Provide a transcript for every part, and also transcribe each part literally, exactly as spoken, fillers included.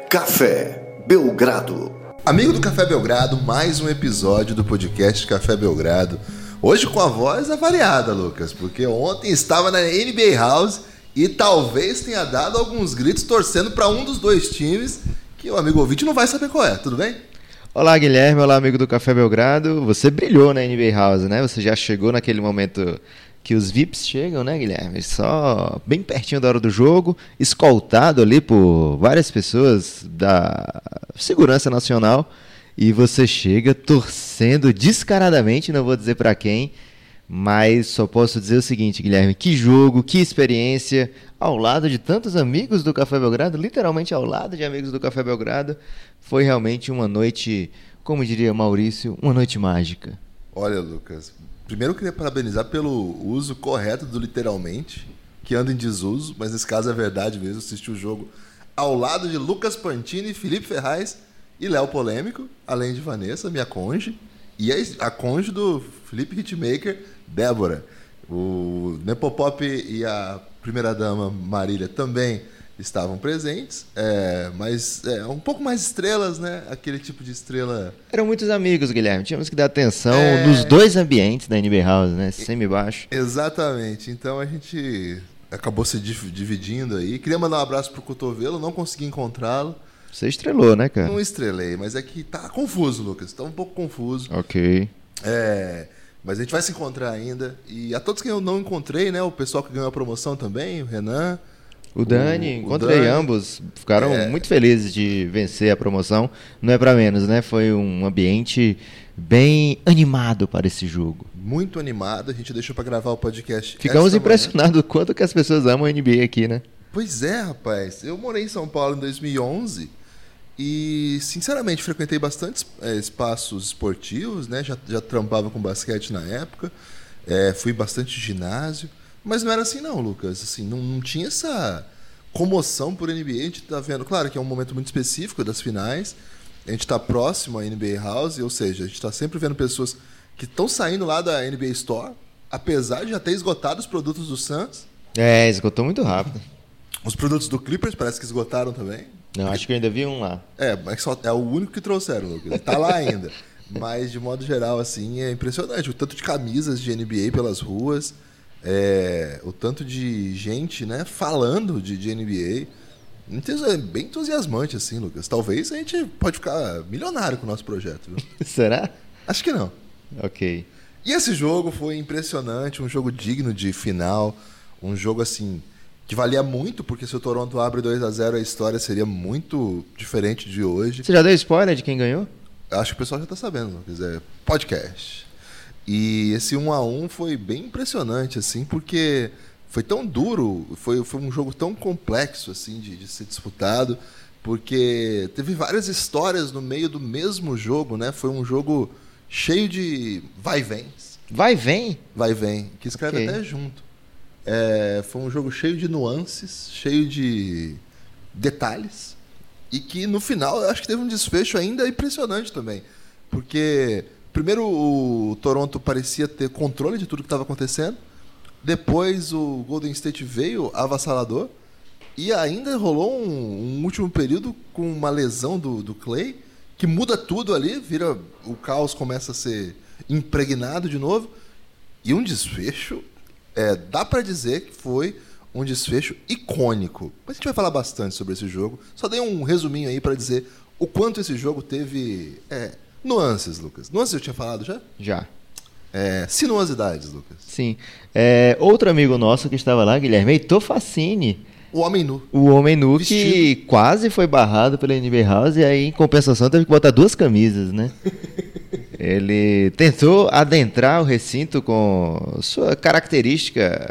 Café Belgrado. Amigo do Café Belgrado, mais um episódio do podcast Café Belgrado. Hoje com a voz avariada, Lucas, porque ontem estava na N B A House e talvez tenha dado alguns gritos torcendo para um dos dois times que o amigo ouvinte não vai saber qual é, tudo bem? Olá, Guilherme, olá, amigo do Café Belgrado. Você brilhou na N B A House, né? Você já chegou naquele momento que os V I Ps chegam, né, Guilherme? Só bem pertinho da hora do jogo, escoltado ali por várias pessoas da Segurança Nacional, e você chega torcendo descaradamente, não vou dizer pra quem, mas só posso dizer o seguinte, Guilherme, que jogo, que experiência, ao lado de tantos amigos do Café Belgrado, literalmente ao lado de amigos do Café Belgrado, foi realmente uma noite, como diria Maurício, uma noite mágica. Olha, Lucas, primeiro eu queria parabenizar pelo uso correto do literalmente, que anda em desuso, mas nesse caso é verdade mesmo, assisti o jogo ao lado de Lucas Pantini, Felipe Ferraz e Léo Polêmico, além de Vanessa, minha conge, e a conge do Felipe Hitmaker, Débora. O Nepopop e a primeira-dama Marília também estavam presentes, é, mas é, um pouco mais estrelas, né? Aquele tipo de estrela... Eram muitos amigos, Guilherme. Tínhamos que dar atenção é... nos dois ambientes da N B A House, né? Cima e baixo. Exatamente. Então a gente acabou se dividindo aí. Queria mandar um abraço pro Cotovelo, não consegui encontrá-lo. Você estrelou, né, cara? Não estrelei, mas é que tá confuso, Lucas. Tá um pouco confuso. Ok. É... Mas a gente vai se encontrar ainda. E a todos que eu não encontrei, né? O pessoal que ganhou a promoção também, o Renan... O Dani, o, encontrei o Dani. Ambos, ficaram é... muito felizes de vencer a promoção. Não é pra menos, né? Foi um ambiente bem animado para esse jogo. Muito animado, a gente deixou pra gravar o podcast. Ficamos impressionados com quanto que as pessoas amam a N B A aqui, né? Pois é, rapaz. Eu morei em São Paulo em dois mil e onze e, sinceramente, frequentei bastante é, espaços esportivos, né? Já, já trampava com basquete na época, é, fui bastante ginásio. Mas não era assim não, Lucas. Assim, não, não tinha essa comoção por N B A. A gente tá vendo, claro que é um momento muito específico das finais. A gente está próximo à N B A House, ou seja, a gente está sempre vendo pessoas que estão saindo lá da N B A Store, apesar de já ter esgotado os produtos do Suns. É, esgotou muito rápido. Os produtos do Clippers parece que esgotaram também. Não, acho que eu ainda vi um lá. É, mas só, é o único que trouxeram, Lucas. Ele tá lá ainda. Mas, de modo geral, assim, é impressionante. O tanto de camisas de N B A pelas ruas... É, o tanto de gente, né, falando de, de N B A, é bem entusiasmante assim, Lucas. Talvez a gente pode ficar milionário com o nosso projeto, viu? Será? Acho que não. Ok. E esse jogo foi impressionante, um jogo digno de final, um jogo assim que valia muito, porque se o Toronto abre dois a zero a história seria muito diferente de hoje. Você já deu spoiler de quem ganhou? Acho que o pessoal já tá sabendo, Lucas. É podcast. E esse um a um foi bem impressionante, assim, porque foi tão duro, foi, foi um jogo tão complexo, assim, de, de ser disputado, porque teve várias histórias no meio do mesmo jogo, né? Foi um jogo cheio de vai-vens. Vai, vem? Vai-vem, que escreve Okay. até junto. É, foi um jogo cheio de nuances, cheio de detalhes, e que no final eu acho que teve um desfecho ainda impressionante também, porque... Primeiro, o Toronto parecia ter controle de tudo que estava acontecendo. Depois, o Golden State veio avassalador. E ainda rolou um, um último período com uma lesão do, do Clay, que muda tudo ali, vira, o caos começa a ser impregnado de novo. E um desfecho, é, dá para dizer que foi um desfecho icônico. Mas a gente vai falar bastante sobre esse jogo. Só dei um resuminho aí para dizer o quanto esse jogo teve... É, nuances, Lucas. Nuances eu tinha falado já? Já. É, sinuosidades, Lucas. Sim. É, outro amigo nosso que estava lá, Guilherme, Heitor Facini. O homem nu. O homem nu Vestido. que quase foi barrado pela N B A House e aí, em compensação, teve que botar duas camisas, né? Ele tentou adentrar o recinto com sua característica...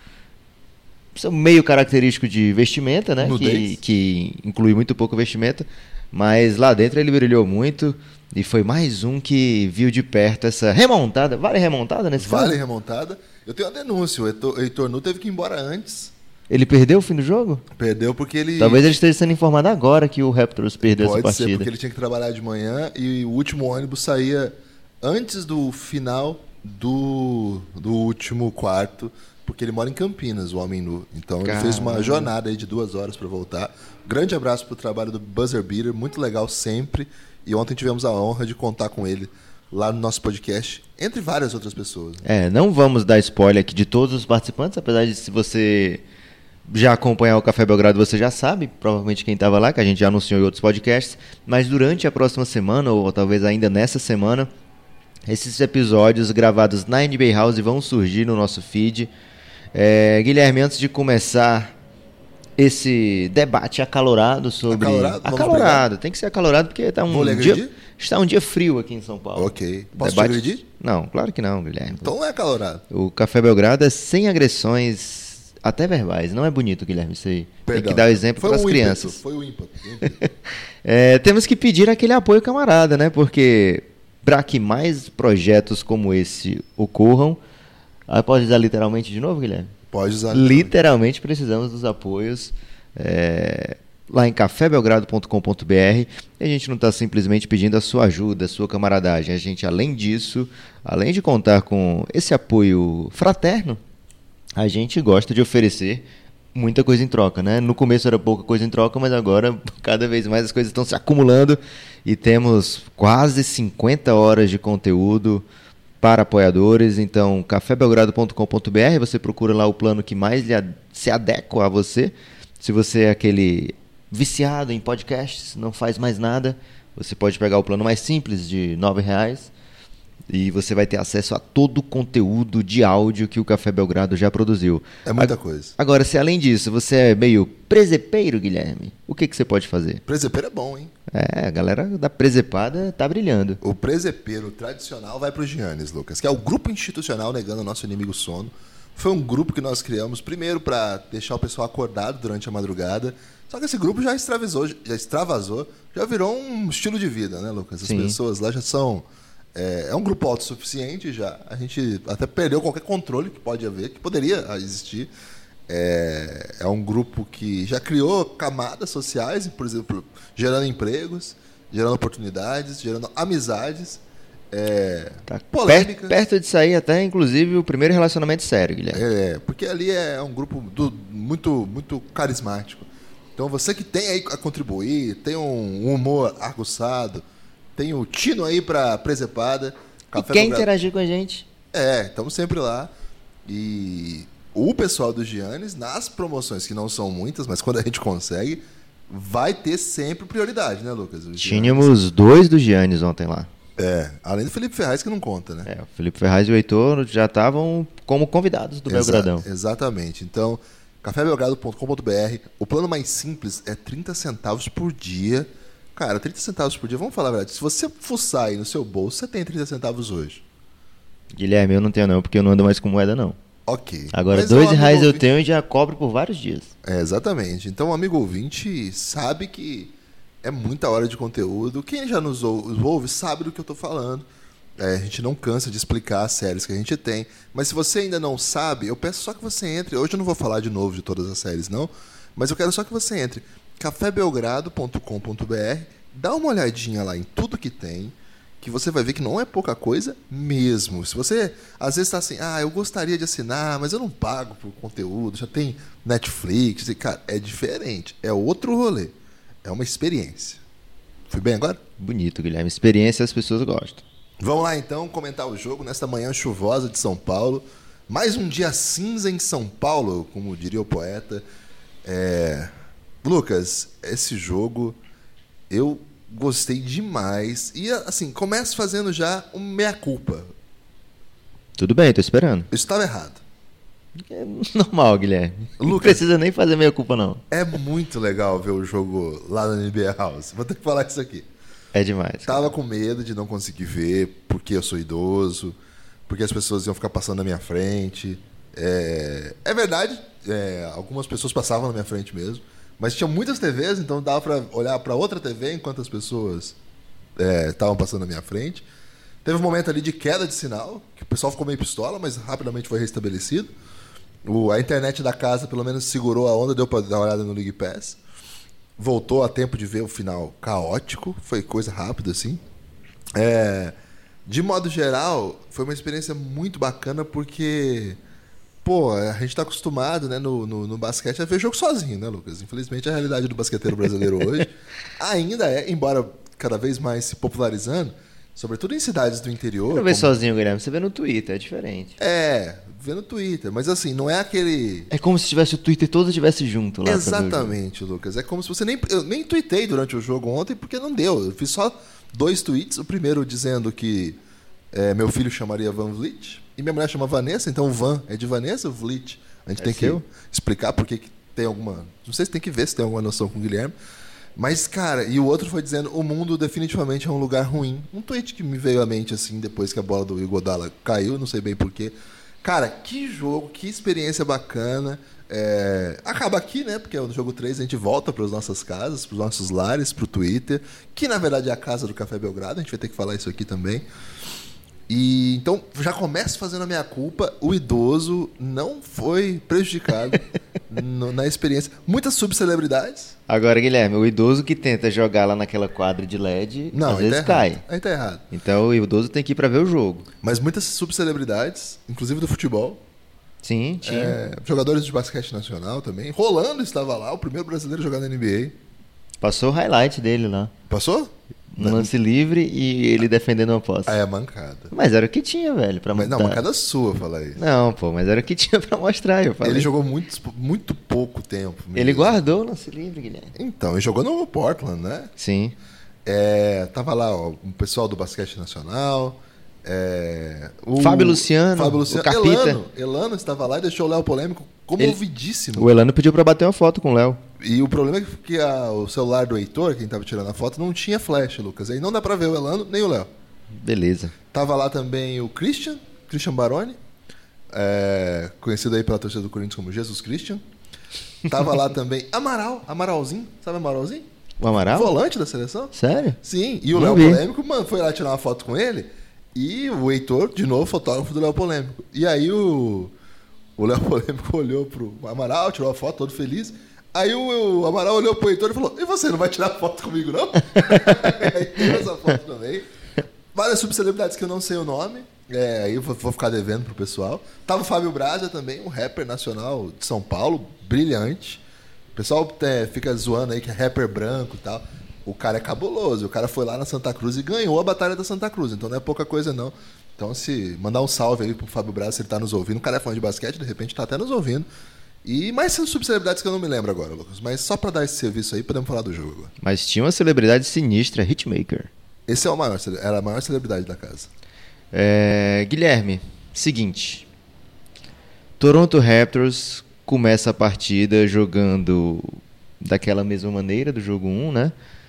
seu meio característico de vestimenta, né? Que, que inclui muito pouco vestimenta. Mas lá dentro ele brilhou muito e foi mais um que viu de perto essa remontada. Vale remontada nesse vale caso? Vale remontada. Eu tenho uma denúncia. O Heitor, Heitor Nu teve que ir embora antes. Ele perdeu o fim do jogo? Perdeu porque ele... Talvez ele esteja sendo informado agora que o Raptors perdeu Pode essa partida. Pode ser, porque ele tinha que trabalhar de manhã e o último ônibus saía antes do final do, do último quarto porque ele mora em Campinas, o Homem Nu. Então ele Caramba. fez uma jornada aí de duas horas para voltar. Grande abraço pro trabalho do Buzzer Beater, muito legal sempre. E ontem tivemos a honra de contar com ele lá no nosso podcast, entre várias outras pessoas. É, não vamos dar spoiler aqui de todos os participantes, apesar de se você já acompanhar o Café Belgrado, você já sabe, provavelmente quem estava lá, que a gente já anunciou em outros podcasts, mas durante a próxima semana, ou talvez ainda nessa semana, esses episódios gravados na N B A House vão surgir no nosso feed. É, Guilherme, antes de começar esse debate acalorado sobre... Acalorado? Vamos Acalorado, brigar? tem que ser acalorado porque tá Vou um lhe agredir? dia... está um dia frio aqui em São Paulo. Ok. Posso Debate... te agredir? Não, claro que não, Guilherme. Então não é acalorado. O Café Belgrado é sem agressões, até verbais. Não é bonito, Guilherme, isso aí. Perdão. Tem que dar o exemplo Foi para as um crianças. Ímpeto, foi o ímpeto. o ímpeto. É, temos que pedir aquele apoio camarada, né? Porque para que mais projetos como esse ocorram... Ah, pode usar literalmente de novo, Guilherme? Pode usar. Literalmente precisamos dos apoios é, lá em café belgrado ponto com ponto b r. E a gente não está simplesmente pedindo a sua ajuda, a sua camaradagem. A gente, além disso, além de contar com esse apoio fraterno, a gente gosta de oferecer muita coisa em troca, né? No começo era pouca coisa em troca, mas agora cada vez mais as coisas estão se acumulando e temos quase cinquenta horas de conteúdo para apoiadores. Então, café belgrado ponto com ponto b r, você procura lá o plano que mais lhe ad- se adequa a você. Se você é aquele viciado em podcasts, não faz mais nada, você pode pegar o plano mais simples de nove reais e você vai ter acesso a todo o conteúdo de áudio que o Café Belgrado já produziu. É muita Ag- coisa. Agora, se além disso você é meio presepeiro, Guilherme, o que, que você pode fazer? Presepeiro é bom, hein? É, a galera da presepada tá brilhando. O presepeiro tradicional vai pro Giannis, Lucas, que é o grupo institucional negando o nosso inimigo sono. Foi um grupo que nós criamos primeiro para deixar o pessoal acordado durante a madrugada. Só que esse grupo já extravasou, já extravasou, já virou um estilo de vida, né, Lucas? As Sim. pessoas lá já são... É, é um grupo autossuficiente já. A gente até perdeu qualquer controle que pode haver, que poderia existir. É, é um grupo que já criou camadas sociais, por exemplo, gerando empregos, gerando oportunidades, gerando amizades. É, Tá polêmica. perto, perto de sair até, inclusive, o primeiro relacionamento sério, Guilherme. É, porque ali é um grupo do- muito, muito carismático. Então você que tem aí a contribuir, tem um humor aguçado, tem o tino aí pra presepada. E Café quer Belgrado- interagir com a gente? É, estamos sempre lá. E o pessoal do Giannis, nas promoções, que não são muitas, mas quando a gente consegue, vai ter sempre prioridade, né, Lucas? O Giannis. Tínhamos dois do Giannis ontem lá. É, além do Felipe Ferraz, que não conta, né? É, o Felipe Ferraz e o Heitor já estavam como convidados do Exa- Belgradão. Exatamente. Então, café belgrado ponto com ponto b r. O plano mais simples é trinta centavos por dia. Cara, trinta centavos por dia, vamos falar a verdade. Se você fuçar aí no seu bolso, você tem trinta centavos hoje. Guilherme, eu não tenho não, porque eu não ando mais com moeda não. Ok. Agora, Mas dois o reais amigo eu ouvinte- tenho e já cobro por vários dias. É, exatamente. Então, o amigo ouvinte sabe que é muita hora de conteúdo. Quem já nos ou- ouve sabe do que eu estou falando. É, a gente não cansa de explicar as séries que a gente tem. Mas se você ainda não sabe, eu peço só que você entre. Hoje eu não vou falar de novo de todas as séries, não. Mas eu quero só que você entre. café belgrado ponto com ponto b r. Dá uma olhadinha lá em tudo que tem, que você vai ver que não é pouca coisa mesmo. Se você, às vezes, está assim, ah, eu gostaria de assinar, mas eu não pago por conteúdo, já tem Netflix. E, cara, é diferente. É outro rolê. É uma experiência. Fui bem agora? Bonito, Guilherme. Experiência as pessoas gostam. Vamos lá, então, comentar o jogo nesta manhã chuvosa de São Paulo. Mais um dia cinza em São Paulo, como diria o poeta. É... Lucas, esse jogo eu gostei demais. E, assim, começo fazendo já um meia-culpa. Tudo bem, tô esperando. Eu estava errado. É normal, Guilherme. Não Lucas- precisa nem fazer meia culpa, não. É muito legal ver o jogo lá na N B A House. Vou ter que falar isso aqui. É demais. Tava com medo de não conseguir ver, porque eu sou idoso, porque as pessoas iam ficar passando na minha frente. É, é verdade, é, algumas pessoas passavam na minha frente mesmo, mas tinha muitas T Vs, então dava pra olhar pra outra T V enquanto as pessoas estavam passando na minha frente. Teve um momento ali de queda de sinal, que o pessoal ficou meio pistola, mas rapidamente foi restabelecido. O, a internet da casa pelo menos segurou a onda, deu pra dar uma olhada no League Pass. Voltou a tempo de ver o final caótico, foi coisa rápida assim. É, de modo geral, foi uma experiência muito bacana porque pô, a gente tá acostumado, né, no, no, no basquete a ver jogo sozinho, né, Lucas? Infelizmente a realidade do basqueteiro brasileiro hoje ainda é, embora cada vez mais se popularizando, sobretudo em cidades do interior. Você não vê como... sozinho, Guilherme, você vê no Twitter, é diferente. É, vê no Twitter, mas assim, não é aquele... É como se tivesse o Twitter todo estivesse junto lá. Exatamente, Lucas. É como se você nem... Eu nem tuitei durante o jogo ontem porque não deu. Eu fiz só dois tweets. O primeiro dizendo que é, meu filho chamaria Van Vliet e minha mulher chama Vanessa, então Van é de Vanessa, Vliet. A gente é tem seu? que explicar porque que tem alguma... Não sei se tem que ver se tem alguma noção com o Guilherme. Mas, cara, e o outro foi dizendo o mundo definitivamente é um lugar ruim. Um tweet que me veio à mente, assim, depois que a bola do Iguodala caiu, não sei bem porquê. Cara, que jogo, que experiência bacana. É... Acaba aqui, né? Porque no jogo três a gente volta para as nossas casas, para os nossos lares, para o Twitter, que na verdade é a casa do Café Belgrado, a gente vai ter que falar isso aqui também. E então já começo fazendo a minha culpa. O idoso não foi prejudicado no, na experiência. Muitas subcelebridades. Agora, Guilherme, o idoso que tenta jogar lá naquela quadra de L E D, não, às vezes tá cai. Aí tá errado. Então o idoso tem que ir pra ver o jogo. Mas muitas subcelebridades, inclusive do futebol. Sim, tinha. É, jogadores de basquete nacional também. Rolando estava lá, o primeiro brasileiro jogando na N B A. Passou o highlight dele lá. Passou? Um lance livre e ele defendendo uma posse. Ah, é a mancada. Mas era o que tinha, velho, pra mas, mostrar. Não, mancada sua, falar isso. Não, pô, mas era o que tinha pra mostrar, eu falei. Ele jogou muito, muito pouco tempo. Mesmo. Ele guardou o lance livre, Guilherme. Então, ele jogou no Portland, né? Sim. É, tava lá ó, o pessoal do basquete nacional. É, o Fábio Luciano, Fábio Luciano, o Capita. Elano, Elano estava lá e deixou o Léo Polêmico comovidíssimo. Ele, o Elano pediu pra bater uma foto com o Léo. E o problema é que a, o celular do Heitor, quem estava tirando a foto, não tinha flash, Lucas. Aí não dá pra ver o Elano nem o Léo. Beleza. Tava lá também o Christian, Christian Baroni, é, conhecido aí pela torcida do Corinthians como Jesus Christian. Tava lá também Amaral, Amaralzinho, sabe Amaralzinho? O Amaral? Volante da seleção. Sério? Sim, e o Não Léo vi. Polêmico, mano, foi lá tirar uma foto com ele. E o Heitor, de novo, fotógrafo do Léo Polêmico. E aí o, o Léo Polêmico olhou pro Amaral, tirou a foto, todo feliz. Aí o, o Amaral olhou pro Heitor e falou: e você, não vai tirar foto comigo, não? Aí tem essa foto também. Várias subcelebridades que eu não sei o nome. É, aí eu vou, vou ficar devendo pro pessoal. Tava o Fábio Braza também, um rapper nacional de São Paulo, brilhante. O pessoal é, fica zoando aí que é rapper branco e tal. O cara é cabuloso. O cara foi lá na Santa Cruz e ganhou a Batalha da Santa Cruz. Então não é pouca coisa, não. Então, se mandar um salve aí pro Fábio Braza, se ele tá nos ouvindo. O cara é fã de basquete, de repente tá até nos ouvindo. E mais subcelebridades que eu não me lembro agora, Lucas. Mas só pra dar esse serviço aí, podemos falar do jogo agora. Mas tinha uma celebridade sinistra, Hitmaker. Esse é o maior, era a maior celebridade da casa. É, Guilherme, seguinte. Toronto Raptors começa a partida jogando daquela mesma maneira do jogo um, né?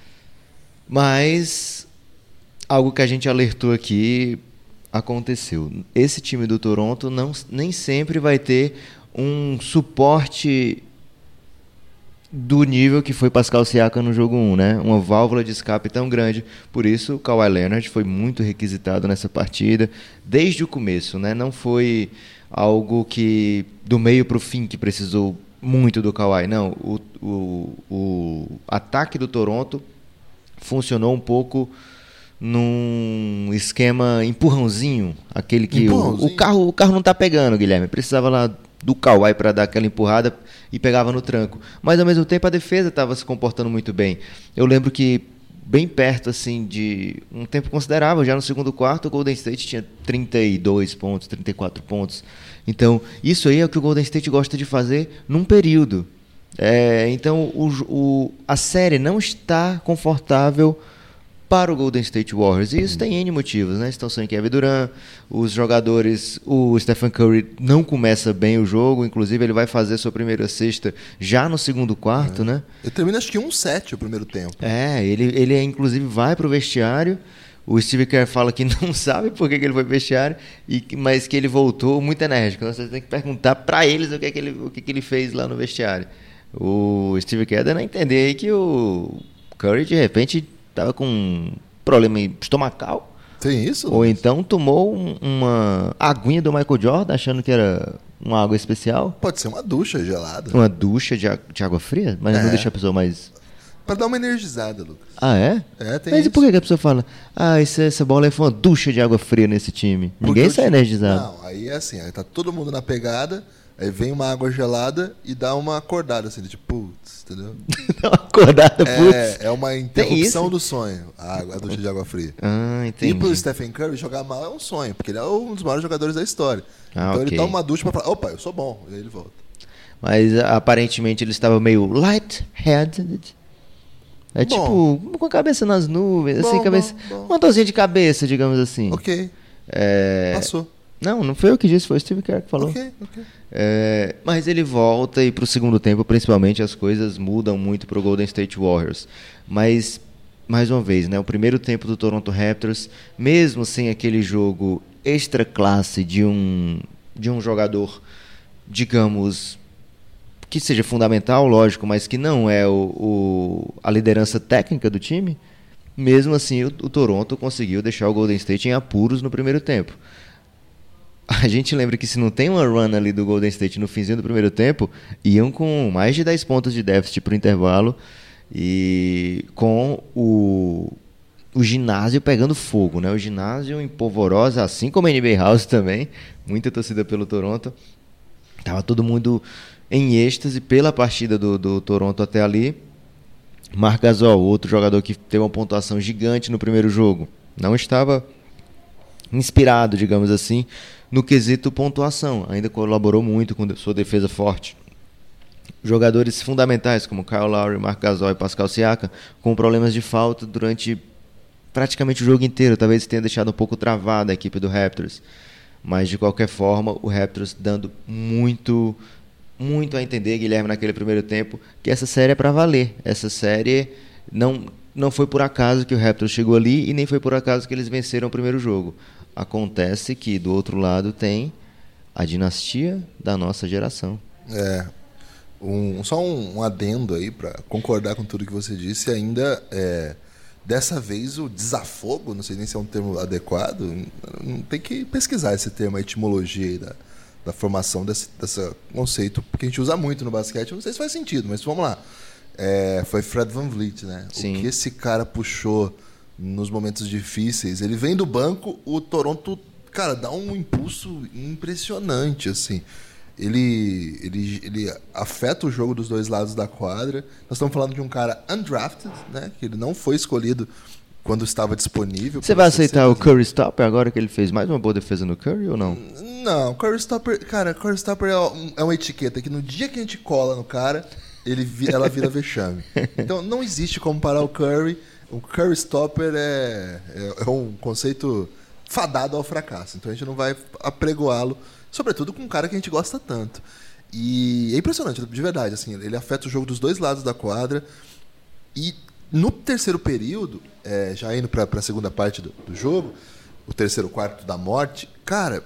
Mas algo que a gente alertou aqui aconteceu. Esse time do Toronto não, nem sempre vai ter um suporte do nível que foi Pascal Siakam no jogo um, né? Uma válvula de escape tão grande. Por isso, o Kawhi Leonard foi muito requisitado nessa partida desde o começo, né? Não foi algo que do meio para o fim que precisou muito do Kawhi. Não, o, o, o ataque do Toronto funcionou um pouco num esquema empurrãozinho, aquele que o, o carro o carro não tá pegando, Guilherme. Precisava lá do Kawhi para dar aquela empurrada e pegava no tranco. Mas ao mesmo tempo a defesa estava se comportando muito bem. Eu lembro que bem perto assim de um tempo considerável, já no segundo quarto, o Golden State tinha trinta e dois pontos, trinta e quatro pontos. Então, isso aí é o que o Golden State gosta de fazer num período. É, então, o, o, a série não está confortável para o Golden State Warriors. E isso tem N motivos, né? Estão sem Kevin Durant, os jogadores, o Stephen Curry não começa bem o jogo, inclusive ele vai fazer sua primeira cesta já no segundo quarto, é. né? Eu termino acho que um sete o primeiro tempo. É, ele, ele inclusive vai para o vestiário. O Steve Kerr fala que não sabe por que, que ele foi pro vestiário, e, mas que ele voltou muito enérgico. Então você tem que perguntar para eles o que, é que, ele, o que, que ele fez lá no vestiário. O Steve Kerr dando a entender aí que o Curry de repente estava com um problema estomacal. Tem isso? Ou então tomou um, uma aguinha do Michael Jordan, achando que era uma água especial. Pode ser uma ducha gelada. Uma ducha de, de água fria? Mas é. não deixa a pessoa mais... Para dar uma energizada, Lucas. Ah, é? É, tem Mas isso. E por que a pessoa fala, ah, essa, essa bola aí foi uma ducha de água fria nesse time? Porque Ninguém sai time... energizado. Não, aí é assim, aí tá todo mundo na pegada, Aí vem uma água gelada e dá uma acordada, assim, de tipo, putz, entendeu? Dá uma acordada, putz. É, é uma interrupção do sonho, a, água, a ducha de água fria. Ah, entendi. E pro Stephen Curry jogar mal é um sonho, porque ele é um dos maiores jogadores da história. Ah, então okay. ele toma uma ducha pra falar, opa, eu sou bom, e aí ele volta. Mas aparentemente ele estava meio light-headed. É bom. Tipo, com a cabeça nas nuvens, bom, assim, cabeça. Bom, bom. Uma dorzinha de cabeça, digamos assim. Ok. É... Passou. Não, não foi eu que disse, foi o Steve Kerr que falou. Ok, ok. É... Mas ele volta e pro segundo tempo, principalmente, as coisas mudam muito pro Golden State Warriors. Mas, mais uma vez, né, o primeiro tempo do Toronto Raptors, mesmo sem aquele jogo extra classe de um, de um jogador, digamos, que seja fundamental, lógico, mas que não é o, o, a liderança técnica do time, mesmo assim o, o Toronto conseguiu deixar o Golden State em apuros no primeiro tempo. A gente lembra que se não tem uma run ali do Golden State no finzinho do primeiro tempo, iam com mais de dez pontos de déficit para o intervalo e com o, o ginásio pegando fogo, né? O ginásio em polvorosa, assim como a N B A House também, muita torcida pelo Toronto. Tava todo mundo em êxtase pela partida do, do Toronto até ali. Marc Gasol, outro jogador que teve uma pontuação gigante no primeiro jogo, não estava inspirado, digamos assim, no quesito pontuação. Ainda colaborou muito com sua defesa forte. Jogadores fundamentais como Kyle Lowry, Marc Gasol e Pascal Siakam com problemas de falta durante praticamente o jogo inteiro. Talvez tenha deixado um pouco travada a equipe do Raptors. Mas, de qualquer forma, o Raptors dando muito, muito a entender, Guilherme, naquele primeiro tempo, que essa série é para valer. Essa série não, não foi por acaso que o Raptors chegou ali e nem foi por acaso que eles venceram o primeiro jogo. Acontece que, do outro lado, tem a dinastia da nossa geração. É, um, só um, um adendo aí para concordar com tudo que você disse. Ainda, é, dessa vez, o desafogo, não sei nem se é um termo adequado, não tem que pesquisar esse termo, a etimologia aí da, da formação desse, desse conceito, porque a gente usa muito no basquete, não sei se faz sentido, mas vamos lá. É, foi Fred VanVleet, né? Sim. O que esse cara puxou nos momentos difíceis, ele vem do banco, o Toronto, cara, dá um impulso impressionante, assim. Ele, ele, ele afeta o jogo dos dois lados da quadra. Nós estamos falando de um cara undrafted, né? Que ele não foi escolhido quando estava disponível. Você vai aceitar o Curry Stopper agora que ele fez mais uma boa defesa no Curry ou não? Não, Curry Stopper, cara, Curry Stopper é, um, é uma etiqueta que no dia que a gente cola no cara, ele, ela vira vexame. Então não existe como parar o Curry. O Curry Stopper é, é, é um conceito fadado ao fracasso. Então a gente não vai apregoá-lo, sobretudo com um cara que a gente gosta tanto. E é impressionante, de verdade. Assim, ele afeta o jogo dos dois lados da quadra. E no terceiro período, é, já indo para a segunda parte do, do jogo, o terceiro quarto da morte, cara,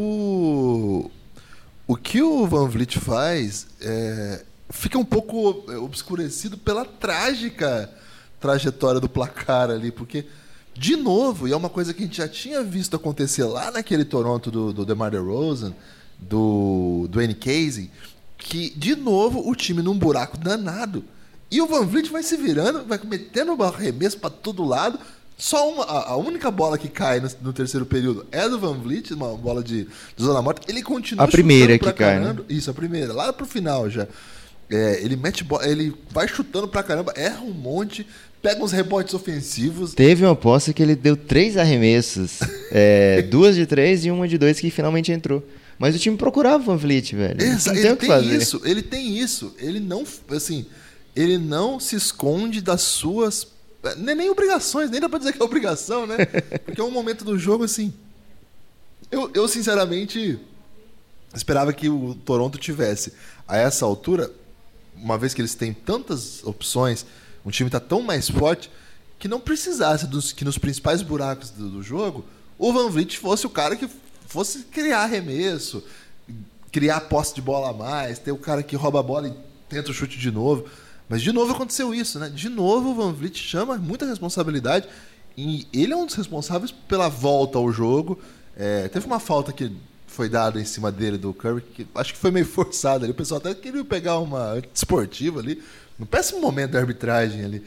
o, o que o VanVleet faz é, fica um pouco obscurecido pela trágica trajetória do placar ali, porque, de novo, e é uma coisa que a gente já tinha visto acontecer lá naquele Toronto do, do DeMar DeRozan, do Dwayne Casey, que, de novo, o time num buraco danado, e o VanVleet vai se virando, vai metendo o arremesso para todo lado. Só uma, a, a única bola que cai no, no terceiro período é do VanVleet, uma bola de, de zona morta. Ele continua a primeira que caramba. cai, né? Isso, a primeira, lá pro final já. É, ele mete bola, ele vai chutando pra caramba, erra um monte, pega uns rebotes ofensivos. Teve uma posse que ele deu três arremessos, é, duas de três e uma de dois que finalmente entrou. Mas o time procurava o VanVleet, velho. Exa, não ele tem o que tem fazer. isso, ele tem isso. Ele não, assim, ele não se esconde das suas, nem, nem obrigações, nem dá pra dizer que é obrigação, né? Porque é um momento do jogo, assim, eu, eu sinceramente esperava que o Toronto tivesse, a essa altura, uma vez que eles têm tantas opções, um time está tão mais forte, que não precisasse dos, que nos principais buracos do, do jogo, o VanVleet fosse o cara que fosse criar arremesso, criar posse de bola a mais, ter o cara que rouba a bola e tenta o chute de novo. Mas de novo aconteceu isso, né? De novo o VanVleet chama muita responsabilidade e ele é um dos responsáveis pela volta ao jogo. É, teve uma falta que foi dada em cima dele do Curry, que acho que foi meio forçada ali. O pessoal até queria pegar uma esportiva ali, no péssimo momento da arbitragem ali.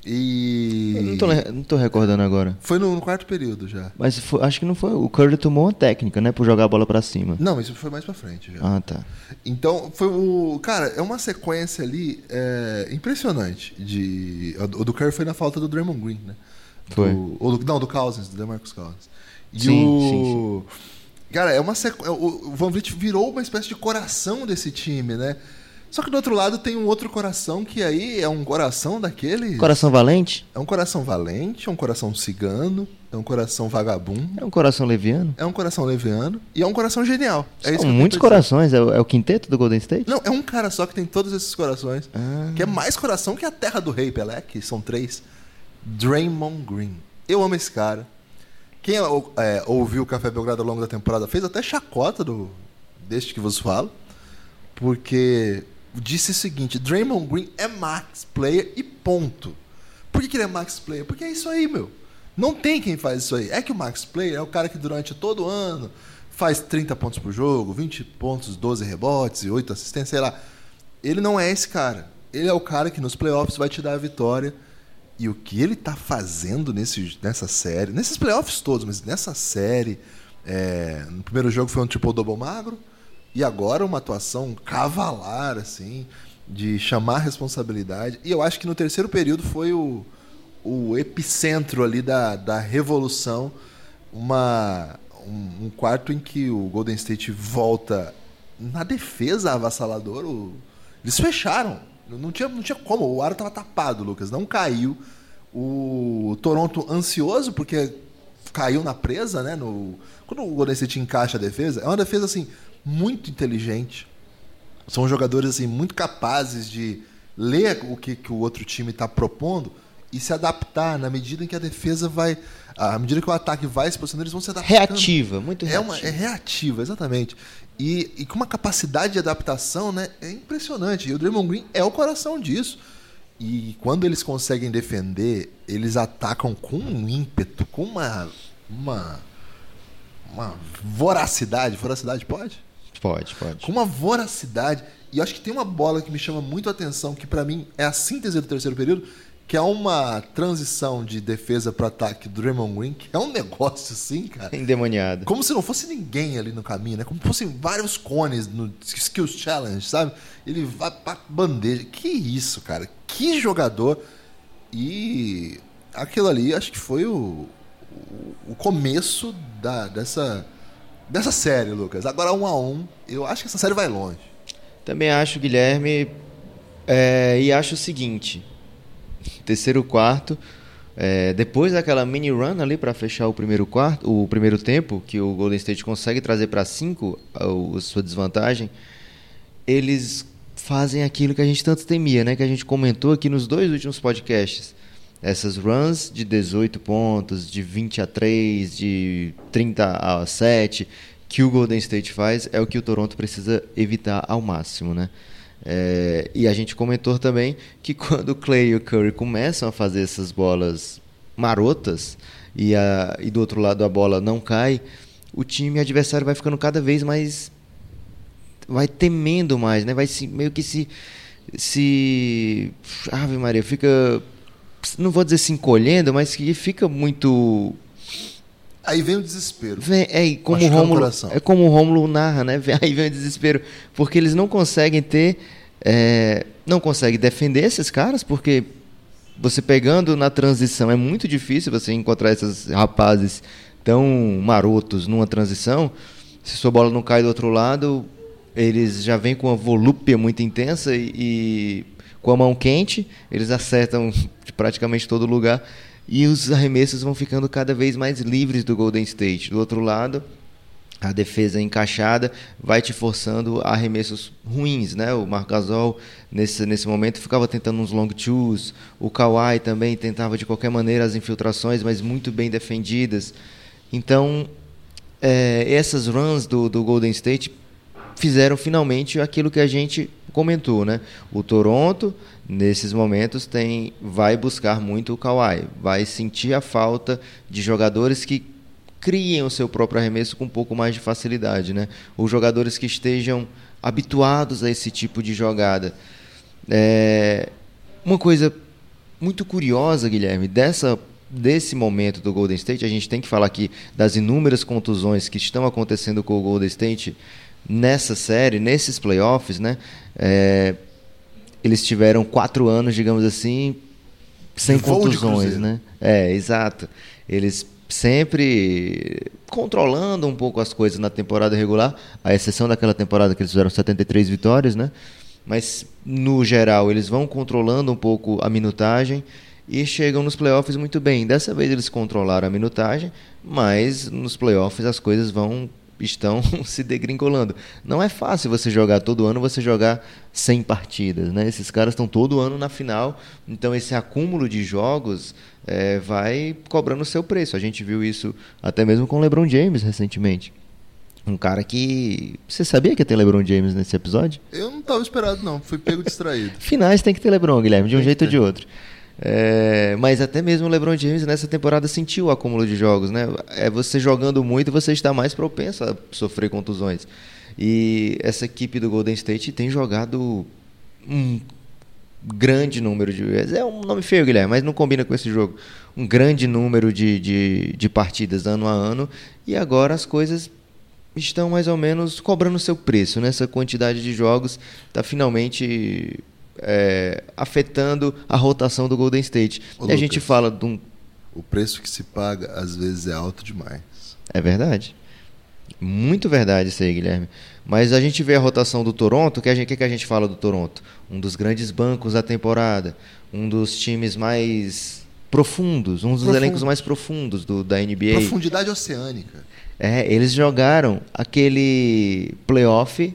E... Eu não tô, le- não tô recordando agora. Foi no, no quarto período já. Mas foi- acho que não foi. O Curry tomou uma técnica, né? Por jogar a bola pra cima. Não, isso foi mais pra frente já. Ah, tá. Então, foi o. Cara, é uma sequência ali é, impressionante. De, o do Curry foi na falta do Draymond Green, né? Foi. Do, ou do, não, do Cousins, do DeMarcus Cousins. E Sim, o. sim, Cara, é uma sequ... o Van Vliet virou uma espécie de coração desse time, né? Só que do outro lado tem um outro coração que aí é um coração daquele. Coração valente? É um coração valente, é um coração cigano, é um coração vagabundo, É um coração leviano? é um coração leviano e é um coração genial. É isso São que eu tenho muitos pra dizer. corações. É o, é o quinteto do Golden State? Não, é um cara só que tem todos esses corações. Ah. Que é mais coração que a terra do rei Pelé, que são três. Draymond Green. Eu amo esse cara. Quem é, ouviu o Café Belgrado ao longo da temporada fez até chacota do, deste que vos falo. Porque disse o seguinte: Draymond Green é max player e ponto. Por que, que ele é max player? Porque é isso aí, meu. Não tem quem faz isso aí. É que o max player é o cara que durante todo ano faz trinta pontos por jogo, vinte pontos, doze rebotes e oito assistências, sei lá. Ele não é esse cara. Ele é o cara que nos playoffs vai te dar a vitória. E o que ele tá fazendo nesse, nessa série, nesses playoffs todos, mas nessa série, é, no primeiro jogo foi um triple-double magro, e agora uma atuação cavalar, assim, de chamar a responsabilidade. E eu acho que no terceiro período foi o, o epicentro ali da, da revolução, uma, um, um quarto em que o Golden State volta na defesa avassaladora. O, eles fecharam. Não tinha, não tinha como, o aro estava tapado, Lucas, não caiu. O Toronto ansioso, porque caiu na presa, né? No, quando o Golden State encaixa a defesa, é uma defesa assim, muito inteligente. São jogadores assim, muito capazes de ler o que, que o outro time está propondo e se adaptar na medida em que a defesa vai. À medida que o ataque vai se posicionando, eles vão se adaptando. Reativa, muito É, reativa. uma, é reativa, exatamente. E, e com uma capacidade de adaptação, né, é impressionante. E o Draymond Green é o coração disso. E quando eles conseguem defender, eles atacam com um ímpeto, com uma, uma, uma voracidade. Voracidade pode? Pode, pode. Com uma voracidade. E eu acho que tem uma bola que me chama muito a atenção, que pra mim é a síntese do terceiro período, que é uma transição de defesa para ataque do Draymond Green, que é um negócio assim, cara. Endemoniado. Como se não fosse ninguém ali no caminho, né? Como se fossem vários cones no Skills Challenge, sabe? Ele vai pra bandeja. Que isso, cara? Que jogador. E aquilo ali, acho que foi o, o, o começo da, dessa, dessa série, Lucas. Agora, um a um, eu acho que essa série vai longe. Também acho, Guilherme, é, e acho o seguinte: terceiro quarto, é, depois daquela mini run ali para fechar o primeiro quarto, o primeiro tempo, que o Golden State consegue trazer para cinco a, a sua desvantagem, eles fazem aquilo que a gente tanto temia, né? Que a gente comentou aqui nos dois últimos podcasts. Essas runs de dezoito pontos, de vinte a três, de trinta a sete, que o Golden State faz, é o que o Toronto precisa evitar ao máximo, né? É, e a gente comentou também que quando o Klay e o Curry começam a fazer essas bolas marotas e, a, e do outro lado a bola não cai, o time adversário vai ficando cada vez mais, vai temendo mais, né? Vai se, meio que se, se Ave Maria, fica, não vou dizer se encolhendo, mas que fica muito... Aí vem o desespero. Vem, é, como o Machucando o Rômulo, coração. é como o Rômulo narra, né? Aí vem o desespero, porque eles não conseguem ter, é, não conseguem defender esses caras, porque você pegando na transição é muito difícil você encontrar esses rapazes tão marotos numa transição. Se sua bola não cai do outro lado, eles já vêm com uma volúpia muito intensa e, e com a mão quente, eles acertam de praticamente todo lugar. E os arremessos vão ficando cada vez mais livres do Golden State. Do outro lado, a defesa encaixada vai te forçando a arremessos ruins, né? O Marc Gasol, nesse, nesse momento, ficava tentando uns long twos. O Kawhi também tentava, de qualquer maneira, as infiltrações, mas muito bem defendidas. Então, é, essas runs do, do Golden State fizeram finalmente aquilo que a gente comentou, né? O Toronto, nesses momentos, tem, vai buscar muito o Kawhi, vai sentir a falta de jogadores que criem o seu próprio arremesso com um pouco mais de facilidade, né? Os jogadores que estejam habituados a esse tipo de jogada. É, uma coisa muito curiosa, Guilherme, dessa, desse momento do Golden State. A gente tem que falar aqui das inúmeras contusões que estão acontecendo com o Golden State nessa série, nesses playoffs, né? É, eles tiveram quatro anos, digamos assim, sem contusões, né? É, exato. Eles sempre controlando um pouco as coisas na temporada regular, à exceção daquela temporada que eles fizeram setenta e três vitórias, né? Mas, no geral, eles vão controlando um pouco a minutagem e chegam nos playoffs muito bem. Dessa vez eles controlaram a minutagem, mas nos playoffs as coisas vão estão se degringolando. Não é fácil você jogar todo ano, você jogar cem partidas, né? Esses caras estão todo ano na final, então esse acúmulo de jogos é, vai cobrando o seu preço. A gente viu isso até mesmo com o LeBron James recentemente. Um cara que... Você sabia que ia ter LeBron James nesse episódio? Eu não estava esperado, não. Fui pego distraído. Finais tem que ter LeBron, Guilherme, de um jeito ou de outro. É, mas até mesmo o LeBron James nessa temporada sentiu o acúmulo de jogos, né? É você jogando muito, você está mais propenso a sofrer contusões. E essa equipe do Golden State tem jogado um grande número de... É um nome feio, Guilherme, mas não combina com esse jogo. Um grande número de, de, de partidas ano a ano. E agora as coisas estão mais ou menos cobrando o seu preço, né? Essa quantidade de jogos está finalmente... É, afetando a rotação do Golden State. Ô, e a Lucas, gente fala de um... O preço que se paga às vezes é alto demais. É verdade. Muito verdade isso aí, Guilherme. Mas a gente vê a rotação do Toronto, que a gente, que, que a gente fala do Toronto? Um dos grandes bancos da temporada, um dos times mais profundos, um dos Profundo. elencos mais profundos do, da N B A. Profundidade oceânica. É, eles jogaram aquele playoff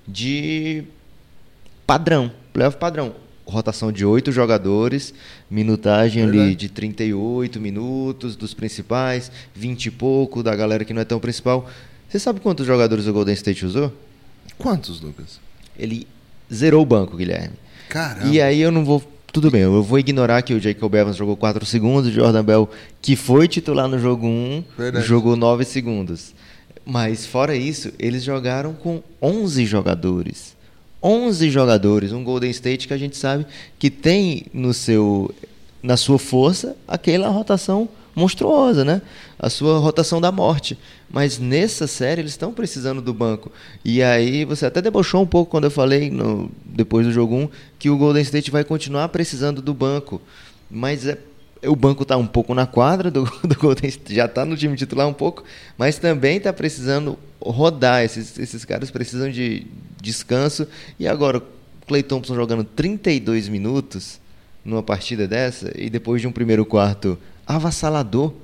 de padrão. Playoff padrão. Rotação de oito jogadores, minutagem Verdade. ali de trinta e oito minutos dos principais, vinte e pouco da galera que não é tão principal. Você sabe quantos jogadores o Golden State usou? Quantos, Lucas? Ele zerou o banco, Guilherme. Caramba. E aí eu não vou... Tudo bem, eu vou ignorar que o Jacob Evans jogou quatro segundos, o Jordan Bell, que foi titular no jogo um, Verdade. jogou nove segundos. Mas fora isso, eles jogaram com onze jogadores. onze jogadores, um Golden State que a gente sabe que tem no seu, na sua força aquela rotação monstruosa, né? A sua rotação da morte. Mas nessa série eles estão precisando do banco. E aí você até debochou um pouco quando eu falei, no, depois do jogo um, que o Golden State vai continuar precisando do banco. Mas é, o banco está um pouco na quadra do, do Golden State, já está no time titular um pouco, mas também está precisando rodar. Esses, esses caras precisam de descanso. E agora, o Klay Thompson jogando trinta e dois minutos numa partida dessa, e depois de um primeiro quarto avassalador,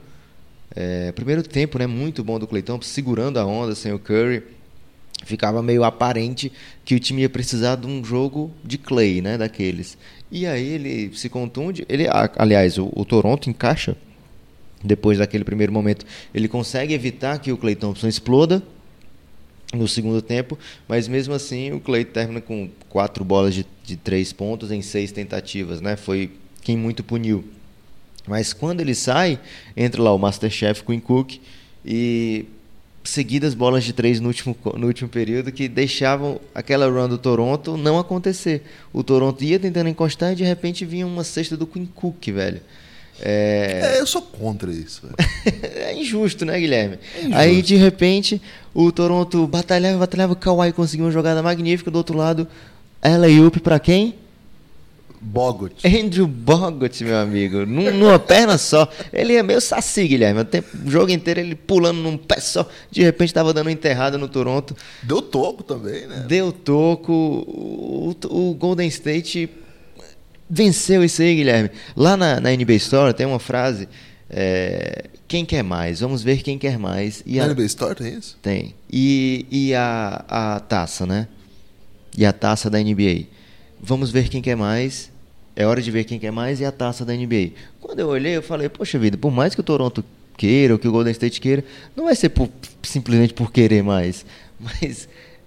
é, primeiro tempo, né, muito bom do Klay Thompson, segurando a onda sem o Curry, ficava meio aparente que o time ia precisar de um jogo de Klay, né, daqueles. E aí ele se contunde, ele, aliás, o, o Toronto encaixa, depois daquele primeiro momento, ele consegue evitar que o Klay Thompson exploda no segundo tempo, mas mesmo assim o Klay termina com quatro bolas de, de três pontos em seis tentativas, né? Foi quem muito puniu. Mas quando ele sai, entra lá o Masterchef Quinn Cook e seguidas bolas de três no último, no último período que deixavam aquela run do Toronto não acontecer. O Toronto ia tentando encostar e de repente vinha uma cesta do Quinn Cook, velho. É... é, eu sou contra isso. É injusto, né, Guilherme? É injusto. Aí, de repente, o Toronto batalhava, batalhava, o Kawhi conseguiu uma jogada magnífica. Do outro lado, alley-oop pra quem? Bogut. Andrew Bogut, meu amigo. Num, numa perna só. Ele é meio saci, Guilherme. O, tempo, o jogo inteiro ele pulando num pé só. De repente estava dando uma enterrada no Toronto. Deu toco também, né? Deu toco. O, o Golden State venceu isso aí, Guilherme. Lá na, na N B A Store tem uma frase, é, quem quer mais? Vamos ver quem quer mais. E na a, N B A Store tem isso? Tem. E, e a, a taça, né? E a taça da N B A. Vamos ver quem quer mais. É hora de ver quem quer mais e a taça da N B A. Quando eu olhei, eu falei, poxa vida, por mais que o Toronto queira ou que o Golden State queira, não vai ser por, simplesmente por querer mais. Mas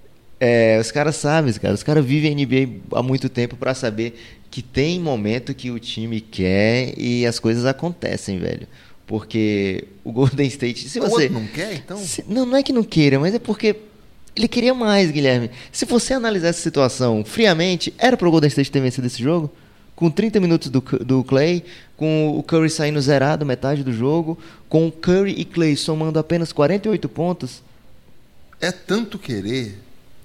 é, os caras sabem, cara, os caras vivem a N B A há muito tempo para saber que tem momento que o time quer e as coisas acontecem, velho. Porque o Golden State... Se o você outro não quer, então? Se, não, não é que não queira, mas é porque ele queria mais, Guilherme. Se você analisar essa situação friamente, era pro Golden State ter vencido esse jogo? com trinta minutos do, do Clay, com o Curry saindo zerado metade do jogo, com o Curry e Clay somando apenas quarenta e oito pontos. É tanto querer,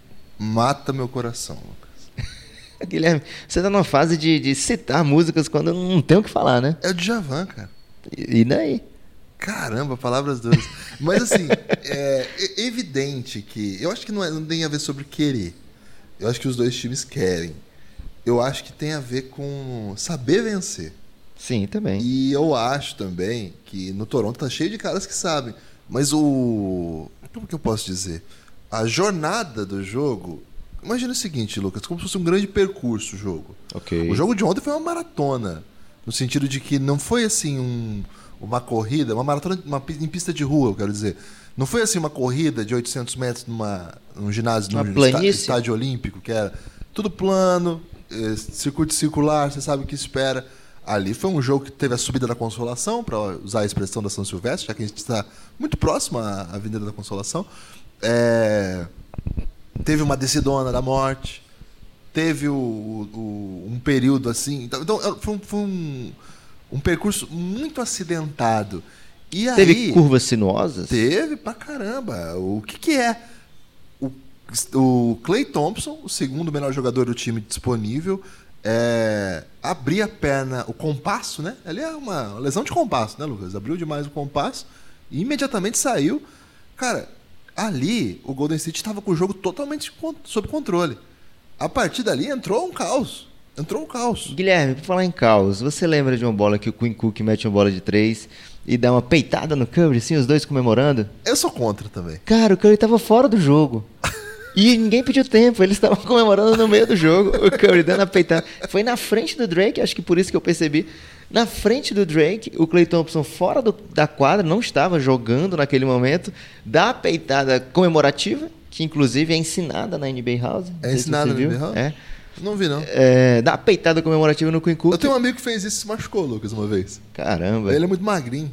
mata meu coração, Lucas. Guilherme, você tá numa fase de, de citar músicas quando eu não tenho o que falar, né? É o Djavan, cara. E, e daí? Caramba, palavras duras. Mas assim, é evidente que... Eu acho que não, é, não tem a ver sobre querer. Eu acho que os dois times querem. Eu acho que tem a ver com saber vencer. Sim, também. E eu acho também que no Toronto tá cheio de caras que sabem. Mas o... Como que eu posso dizer? A jornada do jogo... Imagina o seguinte, Lucas, como se fosse um grande percurso o jogo. Okay. O jogo de ontem foi uma maratona. No sentido de que não foi assim um, uma corrida, uma maratona uma, em pista de rua, eu quero dizer. Não foi assim uma corrida de oitocentos metros numa, num ginásio, uma num está, estádio olímpico, que era tudo plano, eh, circuito circular, você sabe o que espera. Ali foi um jogo que teve a subida da Consolação, para usar a expressão da São Silvestre, já que a gente está muito próximo à Avenida da Consolação. É... Teve uma decidona da morte, teve o, o, um período assim. Então, então foi, um, foi um, um percurso muito acidentado. E teve aí, curvas sinuosas? Teve pra caramba. O que, que é? O, o Klay Thompson, o segundo melhor jogador do time disponível, é, abrir a perna, o compasso, né? Ali é uma lesão de compasso, né, Lucas? Abriu demais o compasso e imediatamente saiu. Cara, ali o Golden State estava com o jogo totalmente sob controle. A partir dali entrou um caos. Entrou um caos. Guilherme, por falar em caos, você lembra de uma bola que o Quinn Cook mete uma bola de três e dá uma peitada no Curry, assim, os dois comemorando? Eu sou contra também. Cara, o Curry tava fora do jogo. E ninguém pediu tempo, eles estavam comemorando no meio do jogo, o Curry dando a peitada. Foi na frente do Drake, acho que por isso que eu percebi. Na frente do Drake, o Klay Thompson fora do, da quadra, não estava jogando naquele momento, dá a peitada comemorativa, que inclusive é ensinada na N B A House. É ensinada na N B A House? É. Não vi, não. É, dá a peitada comemorativa no Quinn Cook. Eu tenho um amigo que fez isso e se machucou, Lucas, uma vez. Caramba. Ele é muito magrinho.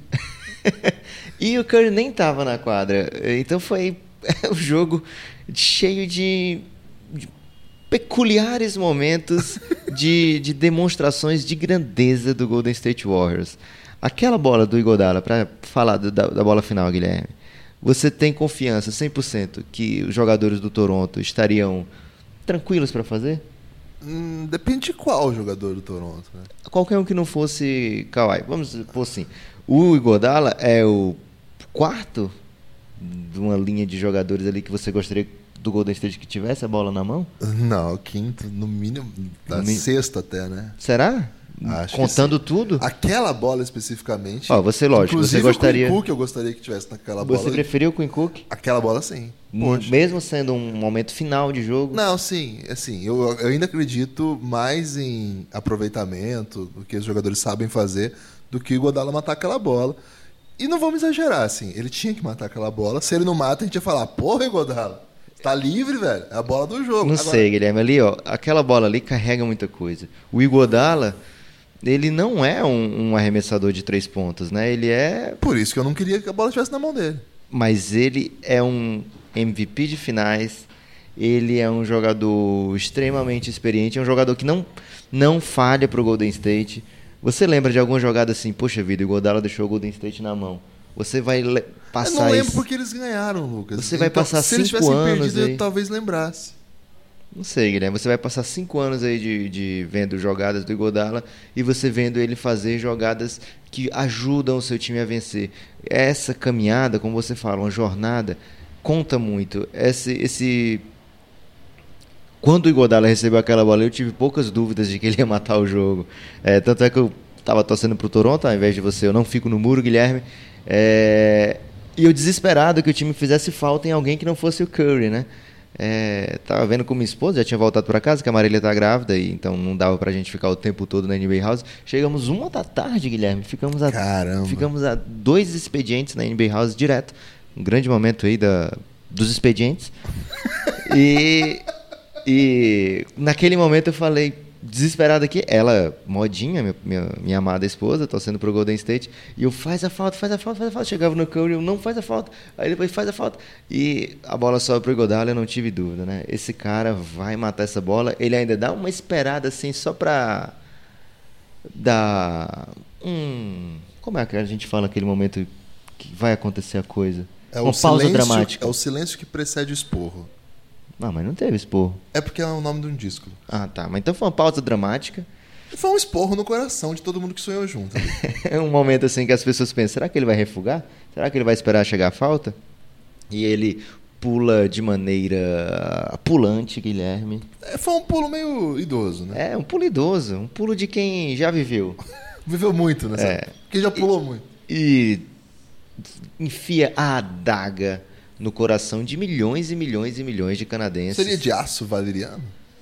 E o Curry nem estava na quadra. Então foi o jogo cheio de, de peculiares momentos de, de demonstrações de grandeza do Golden State Warriors. Aquela bola do Iguodala, para falar do, da, da bola final, Guilherme, você tem confiança cem por cento que os jogadores do Toronto estariam tranquilos para fazer? Hum, depende de qual jogador do Toronto, né? Qualquer um que não fosse Kawhi. Vamos pôr assim, o Iguodala é o quarto de uma linha de jogadores ali que você gostaria do Golden State que tivesse a bola na mão? Não, quinto, no mínimo, da no sexta até, né? Será? Acho contando tudo? Aquela bola especificamente. Ó, você, lógico, inclusive você gostaria. O Quinn Cook eu gostaria que tivesse naquela bola. Você preferiu o Quinn Cook? Aquela bola, sim. Poxa. Mesmo sendo um momento final de jogo? Não, sim. Assim, eu, eu ainda acredito mais em aproveitamento, do que os jogadores sabem fazer, do que o Iguodala matar aquela bola. E não vamos exagerar, assim. Ele tinha que matar aquela bola. Se ele não mata, a gente ia falar, porra, Iguodala, tá livre, velho. É a bola do jogo. Não Agora... sei, Guilherme. Ali, ó, aquela bola ali carrega muita coisa. O Iguodala, ele não é um, um arremessador de três pontos, né? Ele é... Por isso que eu não queria que a bola estivesse na mão dele. Mas ele é um M V P de finais. Ele é um jogador extremamente experiente. É um jogador que não, não falha pro Golden State. Você lembra de alguma jogada assim, poxa vida, o Iguodala deixou o Golden State na mão? Você vai le- passar isso... Eu não lembro isso... porque eles ganharam, Lucas. Você vai então, passar se eles cinco tivessem anos perdido, aí... eu talvez lembrasse. Não sei, Guilherme. Você vai passar cinco anos aí de, de vendo jogadas do Iguodala e você vendo ele fazer jogadas que ajudam o seu time a vencer. Essa caminhada, como você fala, uma jornada, conta muito. Esse... esse... Quando o Iguodala recebeu aquela bola, eu tive poucas dúvidas de que ele ia matar o jogo. É, tanto é que eu estava torcendo pro Toronto, ao invés de você, eu não fico no muro, Guilherme. É... E eu desesperado que o time fizesse falta em alguém que não fosse o Curry, né? É... Tava vendo com minha esposa, já tinha voltado para casa, que a Marília tá grávida, e então não dava pra gente ficar o tempo todo na N B A House. Chegamos uma da tarde, Guilherme, ficamos a, Caramba. ficamos a dois expedientes na N B A House direto. Um grande momento aí da... dos expedientes. E... E naquele momento eu falei, desesperado aqui, ela, modinha, minha, minha, minha amada esposa, torcendo pro Golden State, e eu, faz a falta, faz a falta, faz a falta. Chegava no Curry, eu, não faz a falta. Aí depois, faz a falta. E a bola sobe pro Iguodala, eu não tive dúvida, né? Esse cara vai matar essa bola. Ele ainda dá uma esperada, assim, só pra... dá um... Como é que a gente fala aquele momento que vai acontecer a coisa? É Uma o pausa silêncio, dramática. É o silêncio que precede o esporro. Não, mas não teve esporro. É porque é o nome de um disco. Ah, tá. Mas então foi uma pausa dramática. Foi um esporro no coração de todo mundo que sonhou junto. É um momento assim que as pessoas pensam, será que ele vai refugar? Será que ele vai esperar chegar a falta? E ele pula de maneira pulante, Guilherme. É, foi um pulo meio idoso, né? É, um pulo idoso, um pulo de quem já viveu. Viveu muito, né? É. Porque já pulou e, muito. E enfia a adaga no coração de milhões e milhões e milhões de canadenses. Seria de aço valeriano?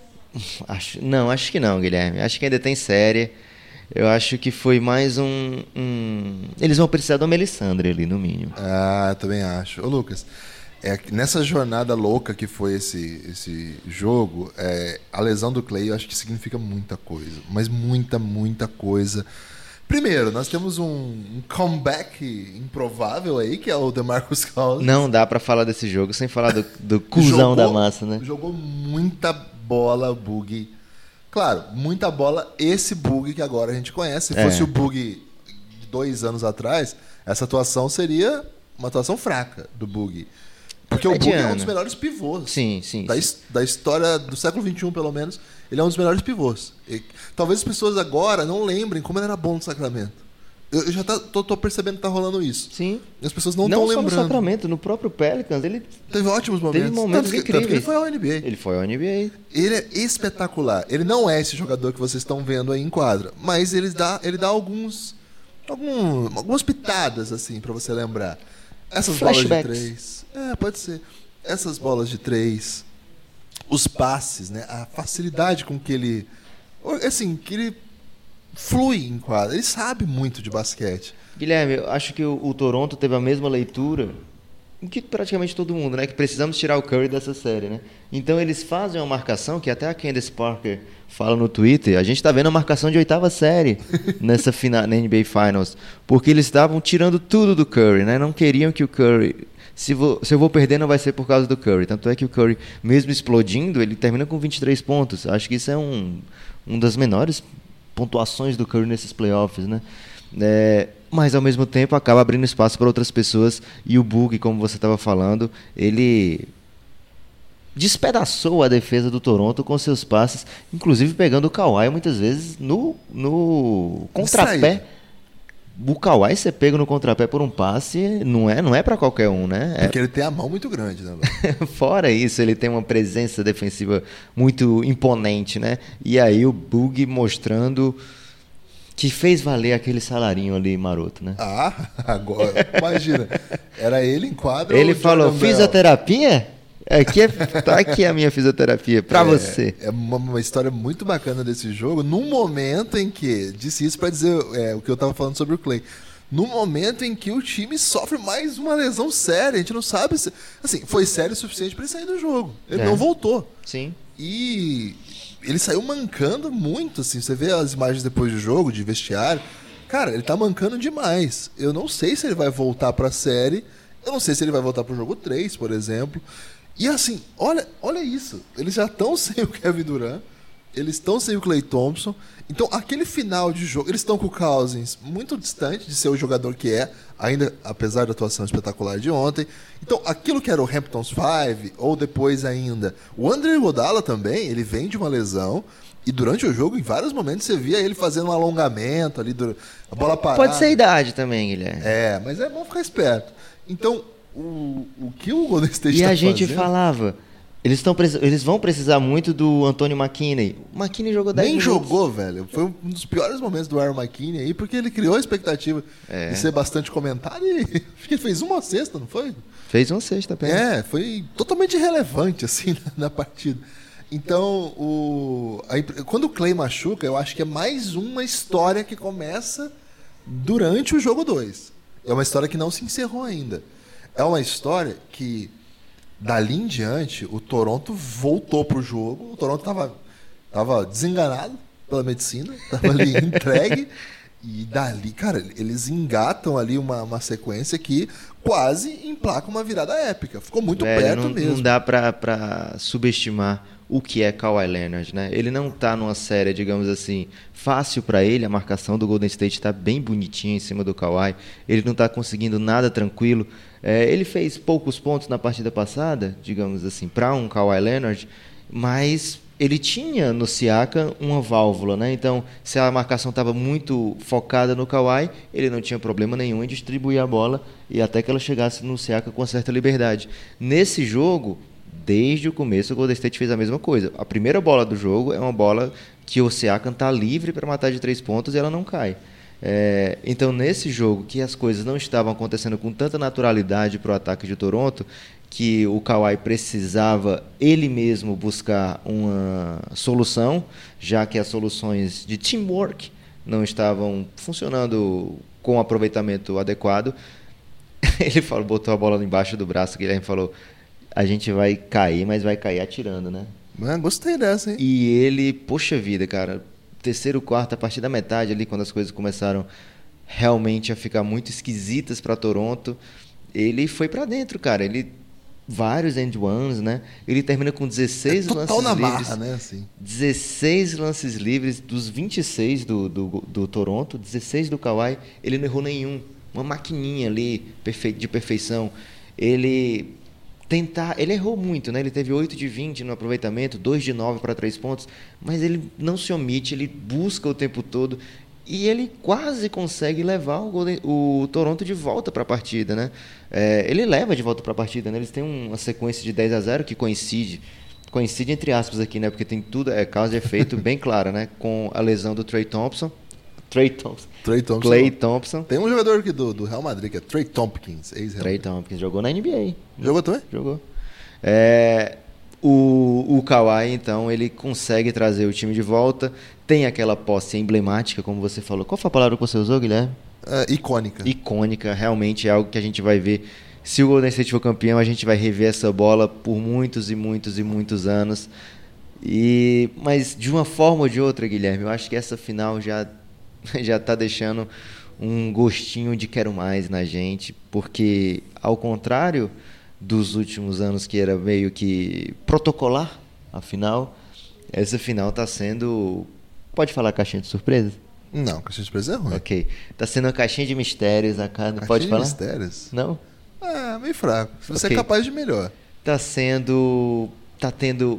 Acho, não, acho que não, Guilherme. Acho que ainda tem série. Eu acho que foi mais um, um... Eles vão precisar do Melisandre ali, no mínimo. Ah, eu também acho. Ô, Lucas, é, nessa jornada louca que foi esse, esse jogo, é, a lesão do Clay eu acho que significa muita coisa. Mas muita, muita coisa. Primeiro, nós temos um, um comeback improvável aí, que é o DeMarcus Cousins. Não dá pra falar desse jogo sem falar do, do cuzão jogou, da massa, né? Jogou muita bola, bug. Claro, muita bola, esse bug que agora a gente conhece. Se É. fosse o bug de dois anos atrás, essa atuação seria uma atuação fraca do bug. Porque o bug é um dos melhores pivôs. Sim, sim. Da, sim. his- da história do século vinte e um, pelo menos, ele é um dos melhores pivôs. E, talvez as pessoas agora não lembrem como ele era bom no Sacramento. Eu, eu já tá, tô, tô percebendo que tá rolando isso. Sim. E as pessoas não Não estão só no lembrando. Sacramento, no próprio Pelicans, ele Teve ótimos momentos. teve momentos tanto que, incríveis. tanto que ele foi ao N B A. Ele foi ao N B A. Ele é espetacular. Ele não é esse jogador que vocês estão vendo aí em quadra, mas ele dá, ele dá alguns, algum, algumas pitadas assim pra você lembrar. Essas bolas de Flashbacks. três, é, pode ser. Essas bolas de três, os passes, né? A facilidade com que ele, assim, que ele flui em quadra. Ele sabe muito de basquete. Guilherme, eu acho que o, o Toronto teve a mesma leitura que praticamente todo mundo, né? Que precisamos tirar o Curry dessa série, né? Então eles fazem uma marcação que até a Candace Parker fala no Twitter. A gente está vendo a marcação de oitava série nessa final, na N B A Finals, porque eles estavam tirando tudo do Curry, né? Não queriam que o Curry se, vou, se eu vou perder não vai ser por causa do Curry. Tanto é que o Curry, mesmo explodindo, ele termina com vinte e três pontos. Acho que isso é um, um das menores pontuações do Curry nesses playoffs, né? É, mas ao mesmo tempo acaba abrindo espaço para outras pessoas, e o Bug, como você estava falando, ele despedaçou a defesa do Toronto com seus passes, inclusive pegando o Kawhi muitas vezes no, no contrapé. O Kawhi ser pego no contrapé por um passe não é, não é para qualquer um, né? É... Porque ele tem a mão muito grande, né? Fora isso, ele tem uma presença defensiva muito imponente, né? E aí o Bug mostrando que fez valer aquele salarinho ali maroto, né? Ah, agora, imagina. Era ele em quadra. Ele ou o falou, Jordan Bell? fisioterapia? Aqui é, tá aqui a minha fisioterapia, pra É, você. É uma, uma história muito bacana desse jogo, num momento em que, disse isso pra dizer é, o que eu tava falando sobre o Clay, no momento em que o time sofre mais uma lesão séria, a gente não sabe se... Assim, foi sério o suficiente pra ele sair do jogo. Ele É. não voltou. Sim. E ele saiu mancando muito, assim. Você vê as imagens depois do jogo, de vestiário. Cara, ele tá mancando demais. Eu não sei se ele vai voltar pra série. Eu não sei se ele vai voltar pro jogo três, por exemplo. E assim, olha, olha isso. Eles já estão sem o Kevin Durant. Eles estão sem o Klay Thompson. Então, aquele final de jogo... Eles estão com o Cousins muito distante de ser o jogador que é, ainda apesar da atuação espetacular de ontem. Então, aquilo que era o Hamptons Five, ou depois ainda... O Andre Iguodala também, ele vem de uma lesão. E durante o jogo, em vários momentos, você via ele fazendo um alongamento ali, a bola parada. Pode ser idade também, Guilherme. É, mas é bom ficar esperto. Então, o, o que o Golden State E está a gente fazendo... falava, eles, tão, eles vão precisar muito do Anthony McKinney. O McKinney jogou dez Nem minutos. jogou, velho. Foi um dos piores momentos do Aaron McKinney aí, porque ele criou a expectativa É. de ser bastante comentado e acho que ele fez uma cesta, não foi? Fez uma sexta apenas. É, foi totalmente irrelevante, assim, na, na partida. Então, o, a impre- quando o Clay machuca, eu acho que é mais uma história que começa durante o jogo dois. É uma história que não se encerrou ainda. É uma história que, dali em diante, o Toronto voltou pro jogo. O Toronto estava tava desenganado pela medicina, estava ali entregue. E dali, cara, eles engatam ali uma, uma sequência que quase emplaca uma virada épica. Ficou muito Velho, perto não, mesmo. Não dá pra, pra subestimar o que é Kawhi Leonard, né? Ele não tá numa série, digamos assim, fácil pra ele. A marcação do Golden State tá bem bonitinha em cima do Kawhi. Ele não tá conseguindo nada tranquilo. É, ele fez poucos pontos na partida passada, digamos assim, pra um Kawhi Leonard, mas ele tinha no Siakam uma válvula, né? Então, se a marcação estava muito focada no Kawhi, ele não tinha problema nenhum em distribuir a bola e até que ela chegasse no Siakam com certa liberdade. Nesse jogo, desde o começo, o Golden State fez a mesma coisa. A primeira bola do jogo é uma bola que o Siakam está livre para matar de três pontos e ela não cai. É, então, nesse jogo, que as coisas não estavam acontecendo com tanta naturalidade para o ataque de Toronto, que o Kawhi precisava ele mesmo buscar uma solução, já que as soluções de teamwork não estavam funcionando com aproveitamento adequado. Ele falou, botou a bola embaixo do braço, o Guilherme falou, a gente vai cair, mas vai cair atirando, né? Ah, gostei dessa, hein? E ele, poxa vida, cara, terceiro, quarto, a partir da metade ali, quando as coisas começaram realmente a ficar muito esquisitas para Toronto, ele foi para dentro, cara, ele vários end ones, né? Ele termina com dezesseis é lances na livres. Marra, né? Assim. dezesseis lances livres dos vinte e seis do, do, do Toronto, dezesseis do Kawhi, ele não errou nenhum. Uma maquininha ali perfe... de perfeição. Ele tentar, ele errou muito, né? Ele teve oito de vinte no aproveitamento, dois de nove para três pontos, mas ele não se omite, ele busca o tempo todo. E ele quase consegue levar o, Golden, o Toronto de volta para a partida, né? É, ele leva de volta para a partida, né? Eles têm uma sequência de dez a zero que coincide, coincide entre aspas aqui, né? Porque tem tudo, é causa e efeito bem clara, né? Com a lesão do Trey Thompson. Trey Thompson. Trey Thompson. Clay Thompson. Tem um jogador aqui do, do Real Madrid que é Trey Tompkins, ex-Real Trey Tompkins jogou na N B A. Jogou também? Jogou. É, o, o Kawhi, então, ele consegue trazer o time de volta. Tem aquela posse emblemática, como você falou. Qual foi a palavra que você usou, Guilherme? É, icônica. Icônica, realmente é algo que a gente vai ver. Se o Golden State for campeão, a gente vai rever essa bola por muitos e muitos e muitos anos. E, mas de uma forma ou de outra, Guilherme, eu acho que essa final já já está deixando um gostinho de quero mais na gente, porque ao contrário dos últimos anos que era meio que protocolar, a final, essa final está sendo... Pode falar caixinha de surpresa? Não, caixinha de surpresa é ruim. Ok. Está sendo uma caixinha de mistérios a cada... Caixinha Pode de falar? mistérios? Não? É, meio fraco. Você Okay. é capaz de melhor. Está sendo... Está tendo...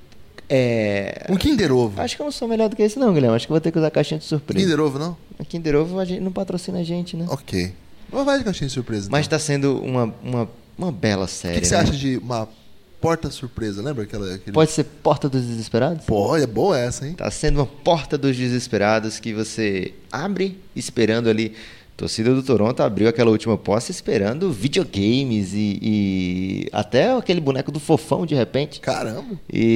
É... Um Kinder Ovo. Acho que eu não sou melhor do que esse não, Guilherme. Acho que eu vou ter que usar caixinha de surpresa. Kinder Ovo, não? A Kinder Ovo a gente não patrocina a gente, né? Ok. Mas vai de caixinha de surpresa. Mas então. está sendo uma, uma, uma bela série. O que, que você né? acha de uma porta surpresa? Lembra aquela... Aquele... Pode ser Porta dos Desesperados? Pô, é boa essa, hein? Está sendo uma Porta dos Desesperados que você abre esperando ali. A torcida do Toronto abriu aquela última posse esperando videogames e, e até aquele boneco do Fofão de repente. Caramba.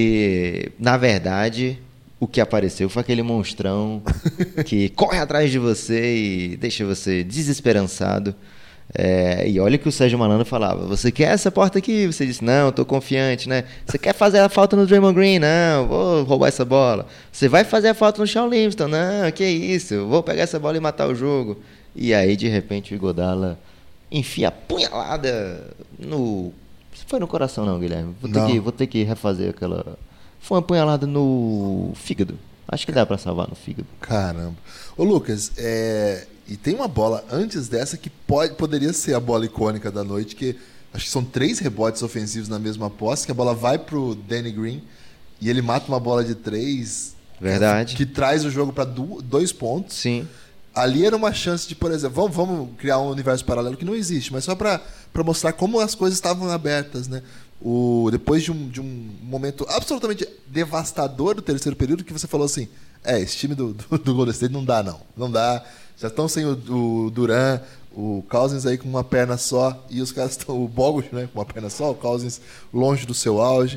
E, na verdade, o que apareceu foi aquele monstrão que corre atrás de você e deixa você desesperançado. É, e olha que o Sérgio Malandro falava, você quer essa porta aqui? Você disse, não, estou confiante, né? Você quer fazer a falta no Draymond Green? Não, vou roubar essa bola. Você vai fazer a falta no Shawn Livingston? Não, que isso, vou pegar essa bola e matar o jogo. E aí, de repente, o Iguodala enfia a punhalada no... Foi no coração não, Guilherme? Vou ter, não. que, vou ter que refazer aquela... Foi uma punhalada no fígado. Acho que dá pra salvar no fígado. Caramba. Ô, Lucas, é... e tem uma bola antes dessa que pode, poderia ser a bola icônica da noite, que acho que são três rebotes ofensivos na mesma posse, que a bola vai pro Danny Green e ele mata uma bola de três. Verdade. Que, que traz o jogo para dois pontos. Sim. Ali era uma chance de, por exemplo, vamos, vamos criar um universo paralelo que não existe, mas só para mostrar como as coisas estavam abertas, né? O, depois de um, de um momento absolutamente devastador do terceiro período, que você falou assim, é, esse time do, do, do Golden State não dá, não. Não dá. Já estão sem o, o Durant, o Cousins aí com uma perna só, e os caras estão, o Bogut, né, com uma perna só, o Cousins longe do seu auge,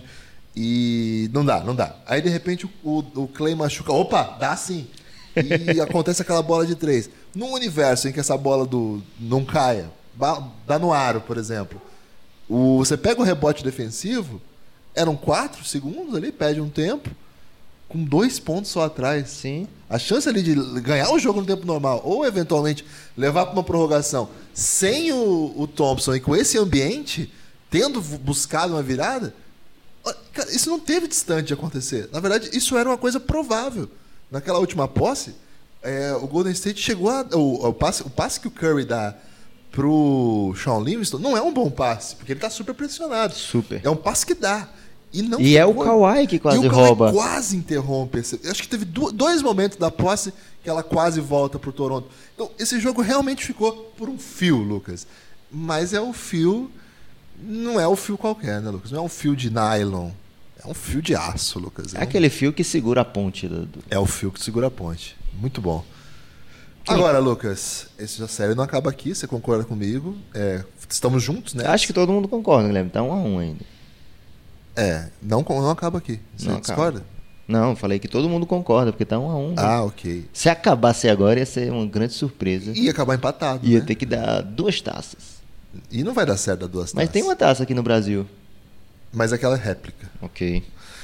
e não dá, não dá. Aí, de repente, o, o Clay machuca, opa, dá sim. E acontece aquela bola de três. Num universo em que essa bola do, não caia, dá no aro, por exemplo, o, você pega o rebote defensivo, eram quatro segundos ali, perde um tempo, com dois pontos só atrás. Sim. A chance ali de ganhar o jogo no tempo normal ou, eventualmente, levar para uma prorrogação sem o, o Thompson e com esse ambiente, tendo buscado uma virada, cara, isso não teve distante de acontecer. Na verdade, isso era uma coisa provável. Naquela última posse, é, o Golden State chegou a... O, o, passe, o passe que o Curry dá pro Shaun Livingston não é um bom passe, porque ele tá super pressionado. Super. É um passe que dá. E, não e é o ficou. Kawhi que quase e o Kawhi rouba. quase interrompe. Eu acho que teve dois momentos da posse que ela quase volta pro Toronto. Então, esse jogo realmente ficou por um fio, Lucas. Mas é um fio... Não é um fio qualquer, né, Lucas? Não é um fio de nylon. É um fio de aço, Lucas. É um... aquele fio que segura a ponte. Do... É o fio que segura a ponte. Muito bom. Agora, Lucas, essa série não acaba aqui. Você concorda comigo? É, estamos juntos, né? Acho que todo mundo concorda, Guilherme. Tá um a um ainda. É, não, não acaba aqui. Você Não discorda? acaba. Não, falei que todo mundo concorda, porque tá um a um. Né? Ah, ok. Se acabasse agora, ia ser uma grande surpresa. Ia acabar empatado, Ia né? ter que dar duas taças. E não vai dar certo dar duas taças. Mas tem uma taça aqui no Brasil. Mas aquela é réplica. Ok.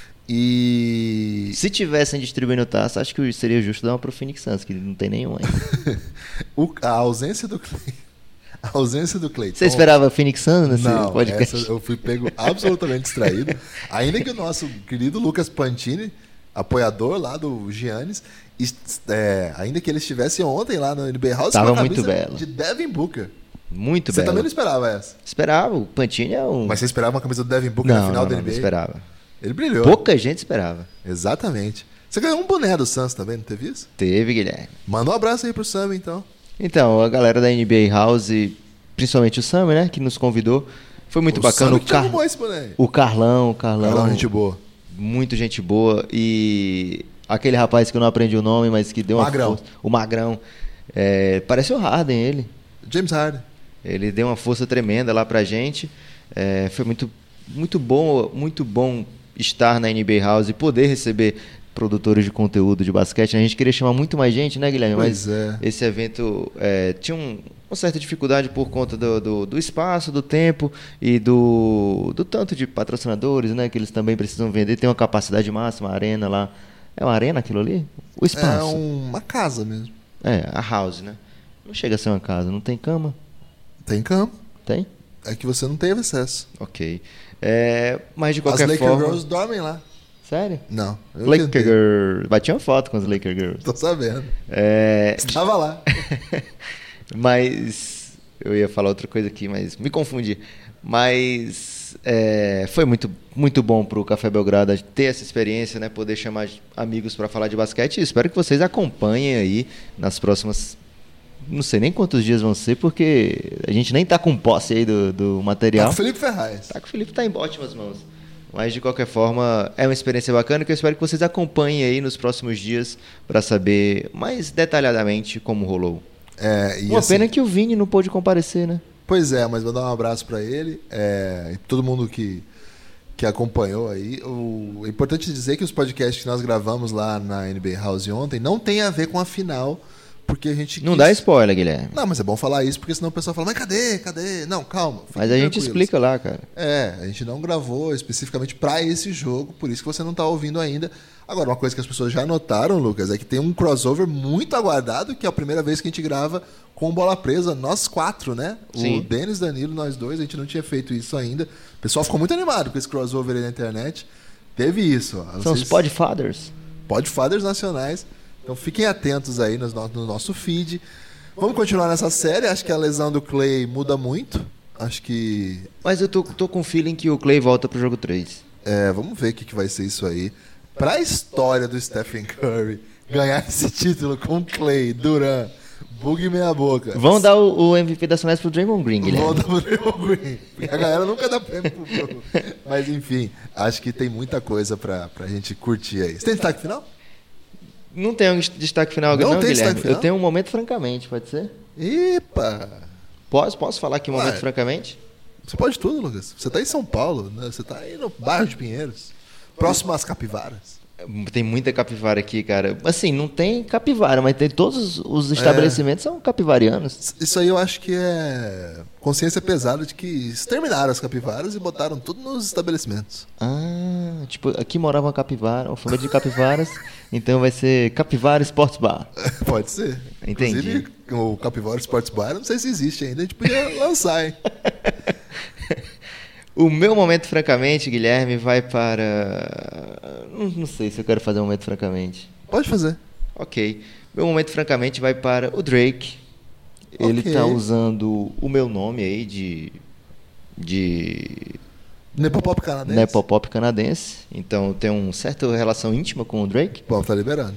E... Se tivessem distribuindo taça, acho que seria justo dar uma pro Phoenix Suns, que não tem nenhum ainda. o, a ausência do Clay... A ausência do Clay Você esperava Phoenix Suns nesse não, podcast? Essa eu fui pego absolutamente distraído. Ainda que o nosso querido Lucas Pantini, apoiador lá do Giannis, é, ainda que ele estivesse ontem lá no N B A House, tava com a muito camisa belo. de Devin Booker. Muito Você belo. também não esperava essa? Esperava, o Pantini é um... Mas você esperava uma camisa do Devin Booker não, na final não, do não, N B A? não esperava. Ele brilhou. Pouca gente esperava. Exatamente. Você ganhou um boné do Suns também, não teve isso? Teve, Guilherme. Manda um abraço aí pro Sam, então. Então, a galera da N B A House, principalmente o Sam, né, que nos convidou, foi muito o bacana. Sam O, que Car... arrumou esse boné. o Carlão, o Carlão. Carlão, gente boa. Muito gente boa. E aquele rapaz que eu não aprendi o nome, mas que deu uma Magrão. força. O Magrão. É, parece o Harden, ele. James Harden. Ele deu uma força tremenda lá pra gente. É, foi muito, muito bom, muito bom estar na N B A House e poder receber produtores de conteúdo de basquete. A gente queria chamar muito mais gente, né, Guilherme? Pois Mas é. esse evento é, tinha um, uma certa dificuldade por conta do, do, do espaço, do tempo e do, do tanto de patrocinadores, né, que eles também precisam vender. Tem uma capacidade máxima, a arena lá. É uma arena aquilo ali? O espaço. É uma casa mesmo. É, a house, né? Não chega a ser uma casa, não tem cama? Tem cama. Tem? É que você não teve acesso. Ok. É, mas de qualquer As Laker forma... Girls dormem lá. Sério? Não. Eu Laker tentei. Girls. Bati uma foto com as Laker Girls. Tô sabendo. É... Estava lá. Mas... Eu ia falar outra coisa aqui, mas me confundi. Mas... É... Foi muito, muito bom pro Café Belgrado ter essa experiência, né? Poder chamar amigos para falar de basquete. E espero que vocês acompanhem aí nas próximas... Não sei nem quantos dias vão ser, porque a gente nem tá com posse aí do, do material. Tá com o Felipe Ferraz. Tá que o Felipe tá em ótimas mãos. Mas, de qualquer forma, é uma experiência bacana que eu espero que vocês acompanhem aí nos próximos dias para saber mais detalhadamente como rolou. É, e Uma assim, pena que o Vini não pôde comparecer, né? Pois é, mas vou dar um abraço para ele é, e todo mundo que, que acompanhou aí. O, é importante dizer que os podcasts que nós gravamos lá na N B A House ontem não tem a ver com a final, porque a gente Não quis... dá spoiler, Guilherme. Não, mas é bom falar isso, porque senão o pessoal fala, mas cadê, cadê? Não, calma. fiquem Mas a gente tranquilos. explica lá, cara. É, a gente não gravou especificamente para esse jogo, por isso que você não está ouvindo ainda. Agora, uma coisa que as pessoas já notaram, Lucas, é que tem um crossover muito aguardado, que é a primeira vez que a gente grava com bola presa, nós quatro, né? Sim. O Denis, Danilo, nós dois, a gente não tinha feito isso ainda. O pessoal ficou muito animado com esse crossover aí na internet. Teve isso. Ó. São Vocês... os Podfathers. Podfathers nacionais. Então fiquem atentos aí no, no nosso feed. Vamos continuar nessa série. Acho que a lesão do Clay muda muito. Acho que... Mas eu tô, tô com o feeling que o Clay volta pro jogo três. É, vamos ver o que, que vai ser isso aí. Pra história do Stephen Curry ganhar esse título com Clay, Duran, Bug e meia boca. Vão dar o, o M V P das finais pro Draymond Green, Guilherme. Vão dar pro Draymond Green. Porque a galera nunca dá prêmio pro jogo. Mas enfim, acho que tem muita coisa pra, pra gente curtir aí. Você tem destaque final? Não tem um destaque final, Não não, tem Guilherme. destaque final? Eu tenho um momento francamente, pode ser? Epa! Posso, posso falar aqui um momento Ué. francamente? Você pode tudo, Lucas. Você tá em São Paulo, né? Você tá aí no bairro de Pinheiros. Próximo às Capivaras. Tem muita capivara aqui, cara. Assim, não tem capivara, mas tem todos os estabelecimentos é. são capivarianos. Isso aí eu acho que é consciência pesada de que exterminaram as capivaras e botaram tudo nos estabelecimentos. Ah, tipo, aqui morava uma capivara, uma família de capivaras, então vai ser Capivara Sports Bar. Pode ser. Entendi. Inclusive, o Capivara Sports Bar, não sei se existe ainda, a gente podia lançar, hein? O meu momento, francamente, Guilherme, vai para... Não, não sei se eu quero fazer um momento, francamente. Pode fazer. Ok. Meu momento, francamente, vai para o Drake. Ele Ok. tá usando o meu nome aí de... de... Nepopop canadense? Nepopop canadense. Então tem uma certa relação íntima com o Drake. Bom, tá liberando.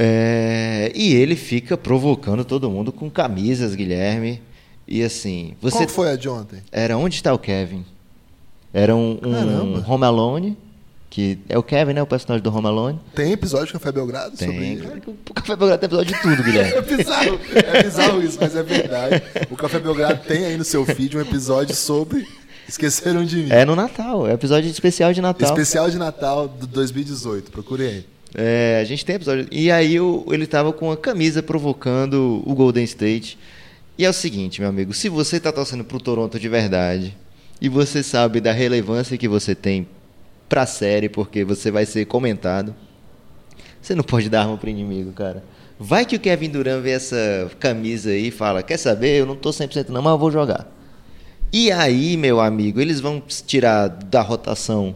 É... E ele fica provocando todo mundo com camisas, Guilherme. E assim... Você... Qual foi a de ontem? Era Onde Está o Kevin? Era um, um Caramba. Home Alone, que é o Kevin, né? O personagem do Home Alone. Tem episódio de Café Belgrado Tem. sobre... Claro que o Café Belgrado tem episódio de tudo, É Guilherme. bizarro, é bizarro isso, mas é verdade. O Café Belgrado tem aí no seu feed um episódio sobre Esqueceram de Mim. É no Natal, é episódio especial de Natal. Especial de Natal de dois mil e dezoito, procure aí. É, a gente tem episódio. E aí o, ele tava com a camisa provocando o Golden State. E é o seguinte, meu amigo, se você tá torcendo pro Toronto de verdade, e você sabe da relevância que você tem pra série, porque você vai ser comentado, você não pode dar arma pro inimigo, cara. Vai que o Kevin Durant vê essa camisa aí e fala, quer saber, eu não tô cem por cento não, mas eu vou jogar. E aí, meu amigo, eles vão tirar da rotação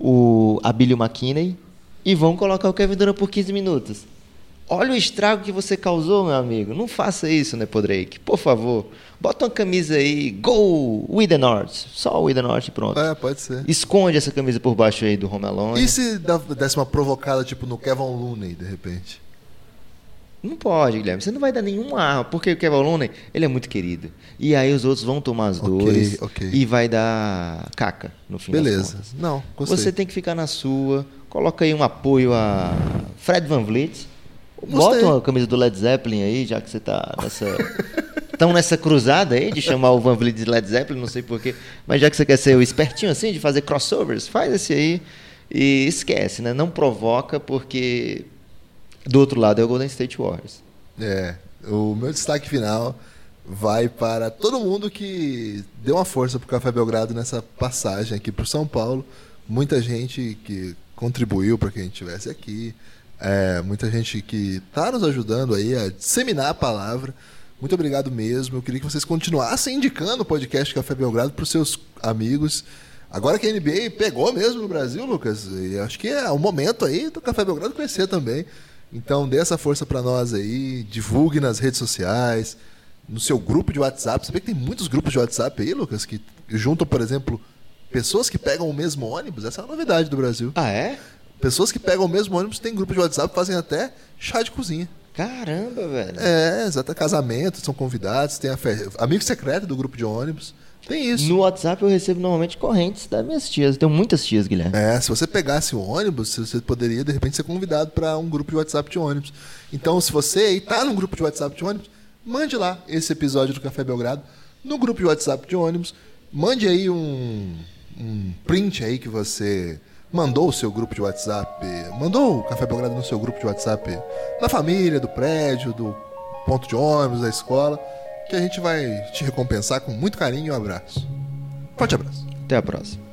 o Abílio McKinney e vão colocar o Kevin Durant por quinze minutos. Olha o estrago que você causou, meu amigo. Não faça isso, né, Drake? Por favor. Bota uma camisa aí. Go with the North. Só with the North e pronto. É, pode ser. Esconde essa camisa por baixo aí do Home Alone. E se dá- desse uma provocada, tipo, no Kevin Looney, de repente? Não pode, Guilherme. Você não vai dar nenhuma arma. Porque o Kevin Looney, ele é muito querido. E aí os outros vão tomar as Ok, dores. ok. E vai dar caca no fim das Beleza. contas. Não, gostei. Você tem que ficar na sua. Coloca aí um apoio a Fred VanVleet. Gostei. Bota uma camisa do Led Zeppelin aí, já que você tá nessa... Estão nessa cruzada aí de chamar o VanVleet de Led Zeppelin, não sei porquê. Mas já que você quer ser o espertinho assim, de fazer crossovers, faz esse aí e esquece, né? Não provoca, porque do outro lado é o Golden State Warriors. É, o meu destaque final vai para todo mundo que deu uma força pro Café Belgrado nessa passagem aqui pro São Paulo. Muita gente que contribuiu para que a gente estivesse aqui. É, muita gente que está nos ajudando aí a disseminar a palavra. Muito obrigado mesmo. Eu queria que vocês continuassem indicando o podcast Café Belgrado para os seus amigos. Agora que a N B A pegou mesmo no Brasil, Lucas, e acho que é o momento aí do Café Belgrado crescer também. Então dê essa força para nós aí, divulgue nas redes sociais, no seu grupo de WhatsApp. Você vê que tem muitos grupos de WhatsApp aí, Lucas, que juntam, por exemplo, pessoas que pegam o mesmo ônibus. Essa é uma novidade do Brasil. Ah, é? Pessoas que pegam o mesmo ônibus, tem grupo de WhatsApp, fazem até chá de cozinha. Caramba, velho. É, exato. Casamento, são convidados, tem a fe... amigo secreto do grupo de ônibus. Tem isso. No WhatsApp eu recebo normalmente correntes das minhas tias. Eu tenho muitas tias, Guilherme. É, se você pegasse o ônibus, você poderia, de repente, ser convidado para um grupo de WhatsApp de ônibus. Então, se você aí tá num grupo de WhatsApp de ônibus, mande lá esse episódio do Café Belgrado no grupo de WhatsApp de ônibus. Mande aí um, um print aí que você mandou o seu grupo de WhatsApp, mandou o Café Belgrado no seu grupo de WhatsApp da família, do prédio, do ponto de ônibus, da escola, que a gente vai te recompensar com muito carinho e um abraço. Forte abraço. Até a próxima.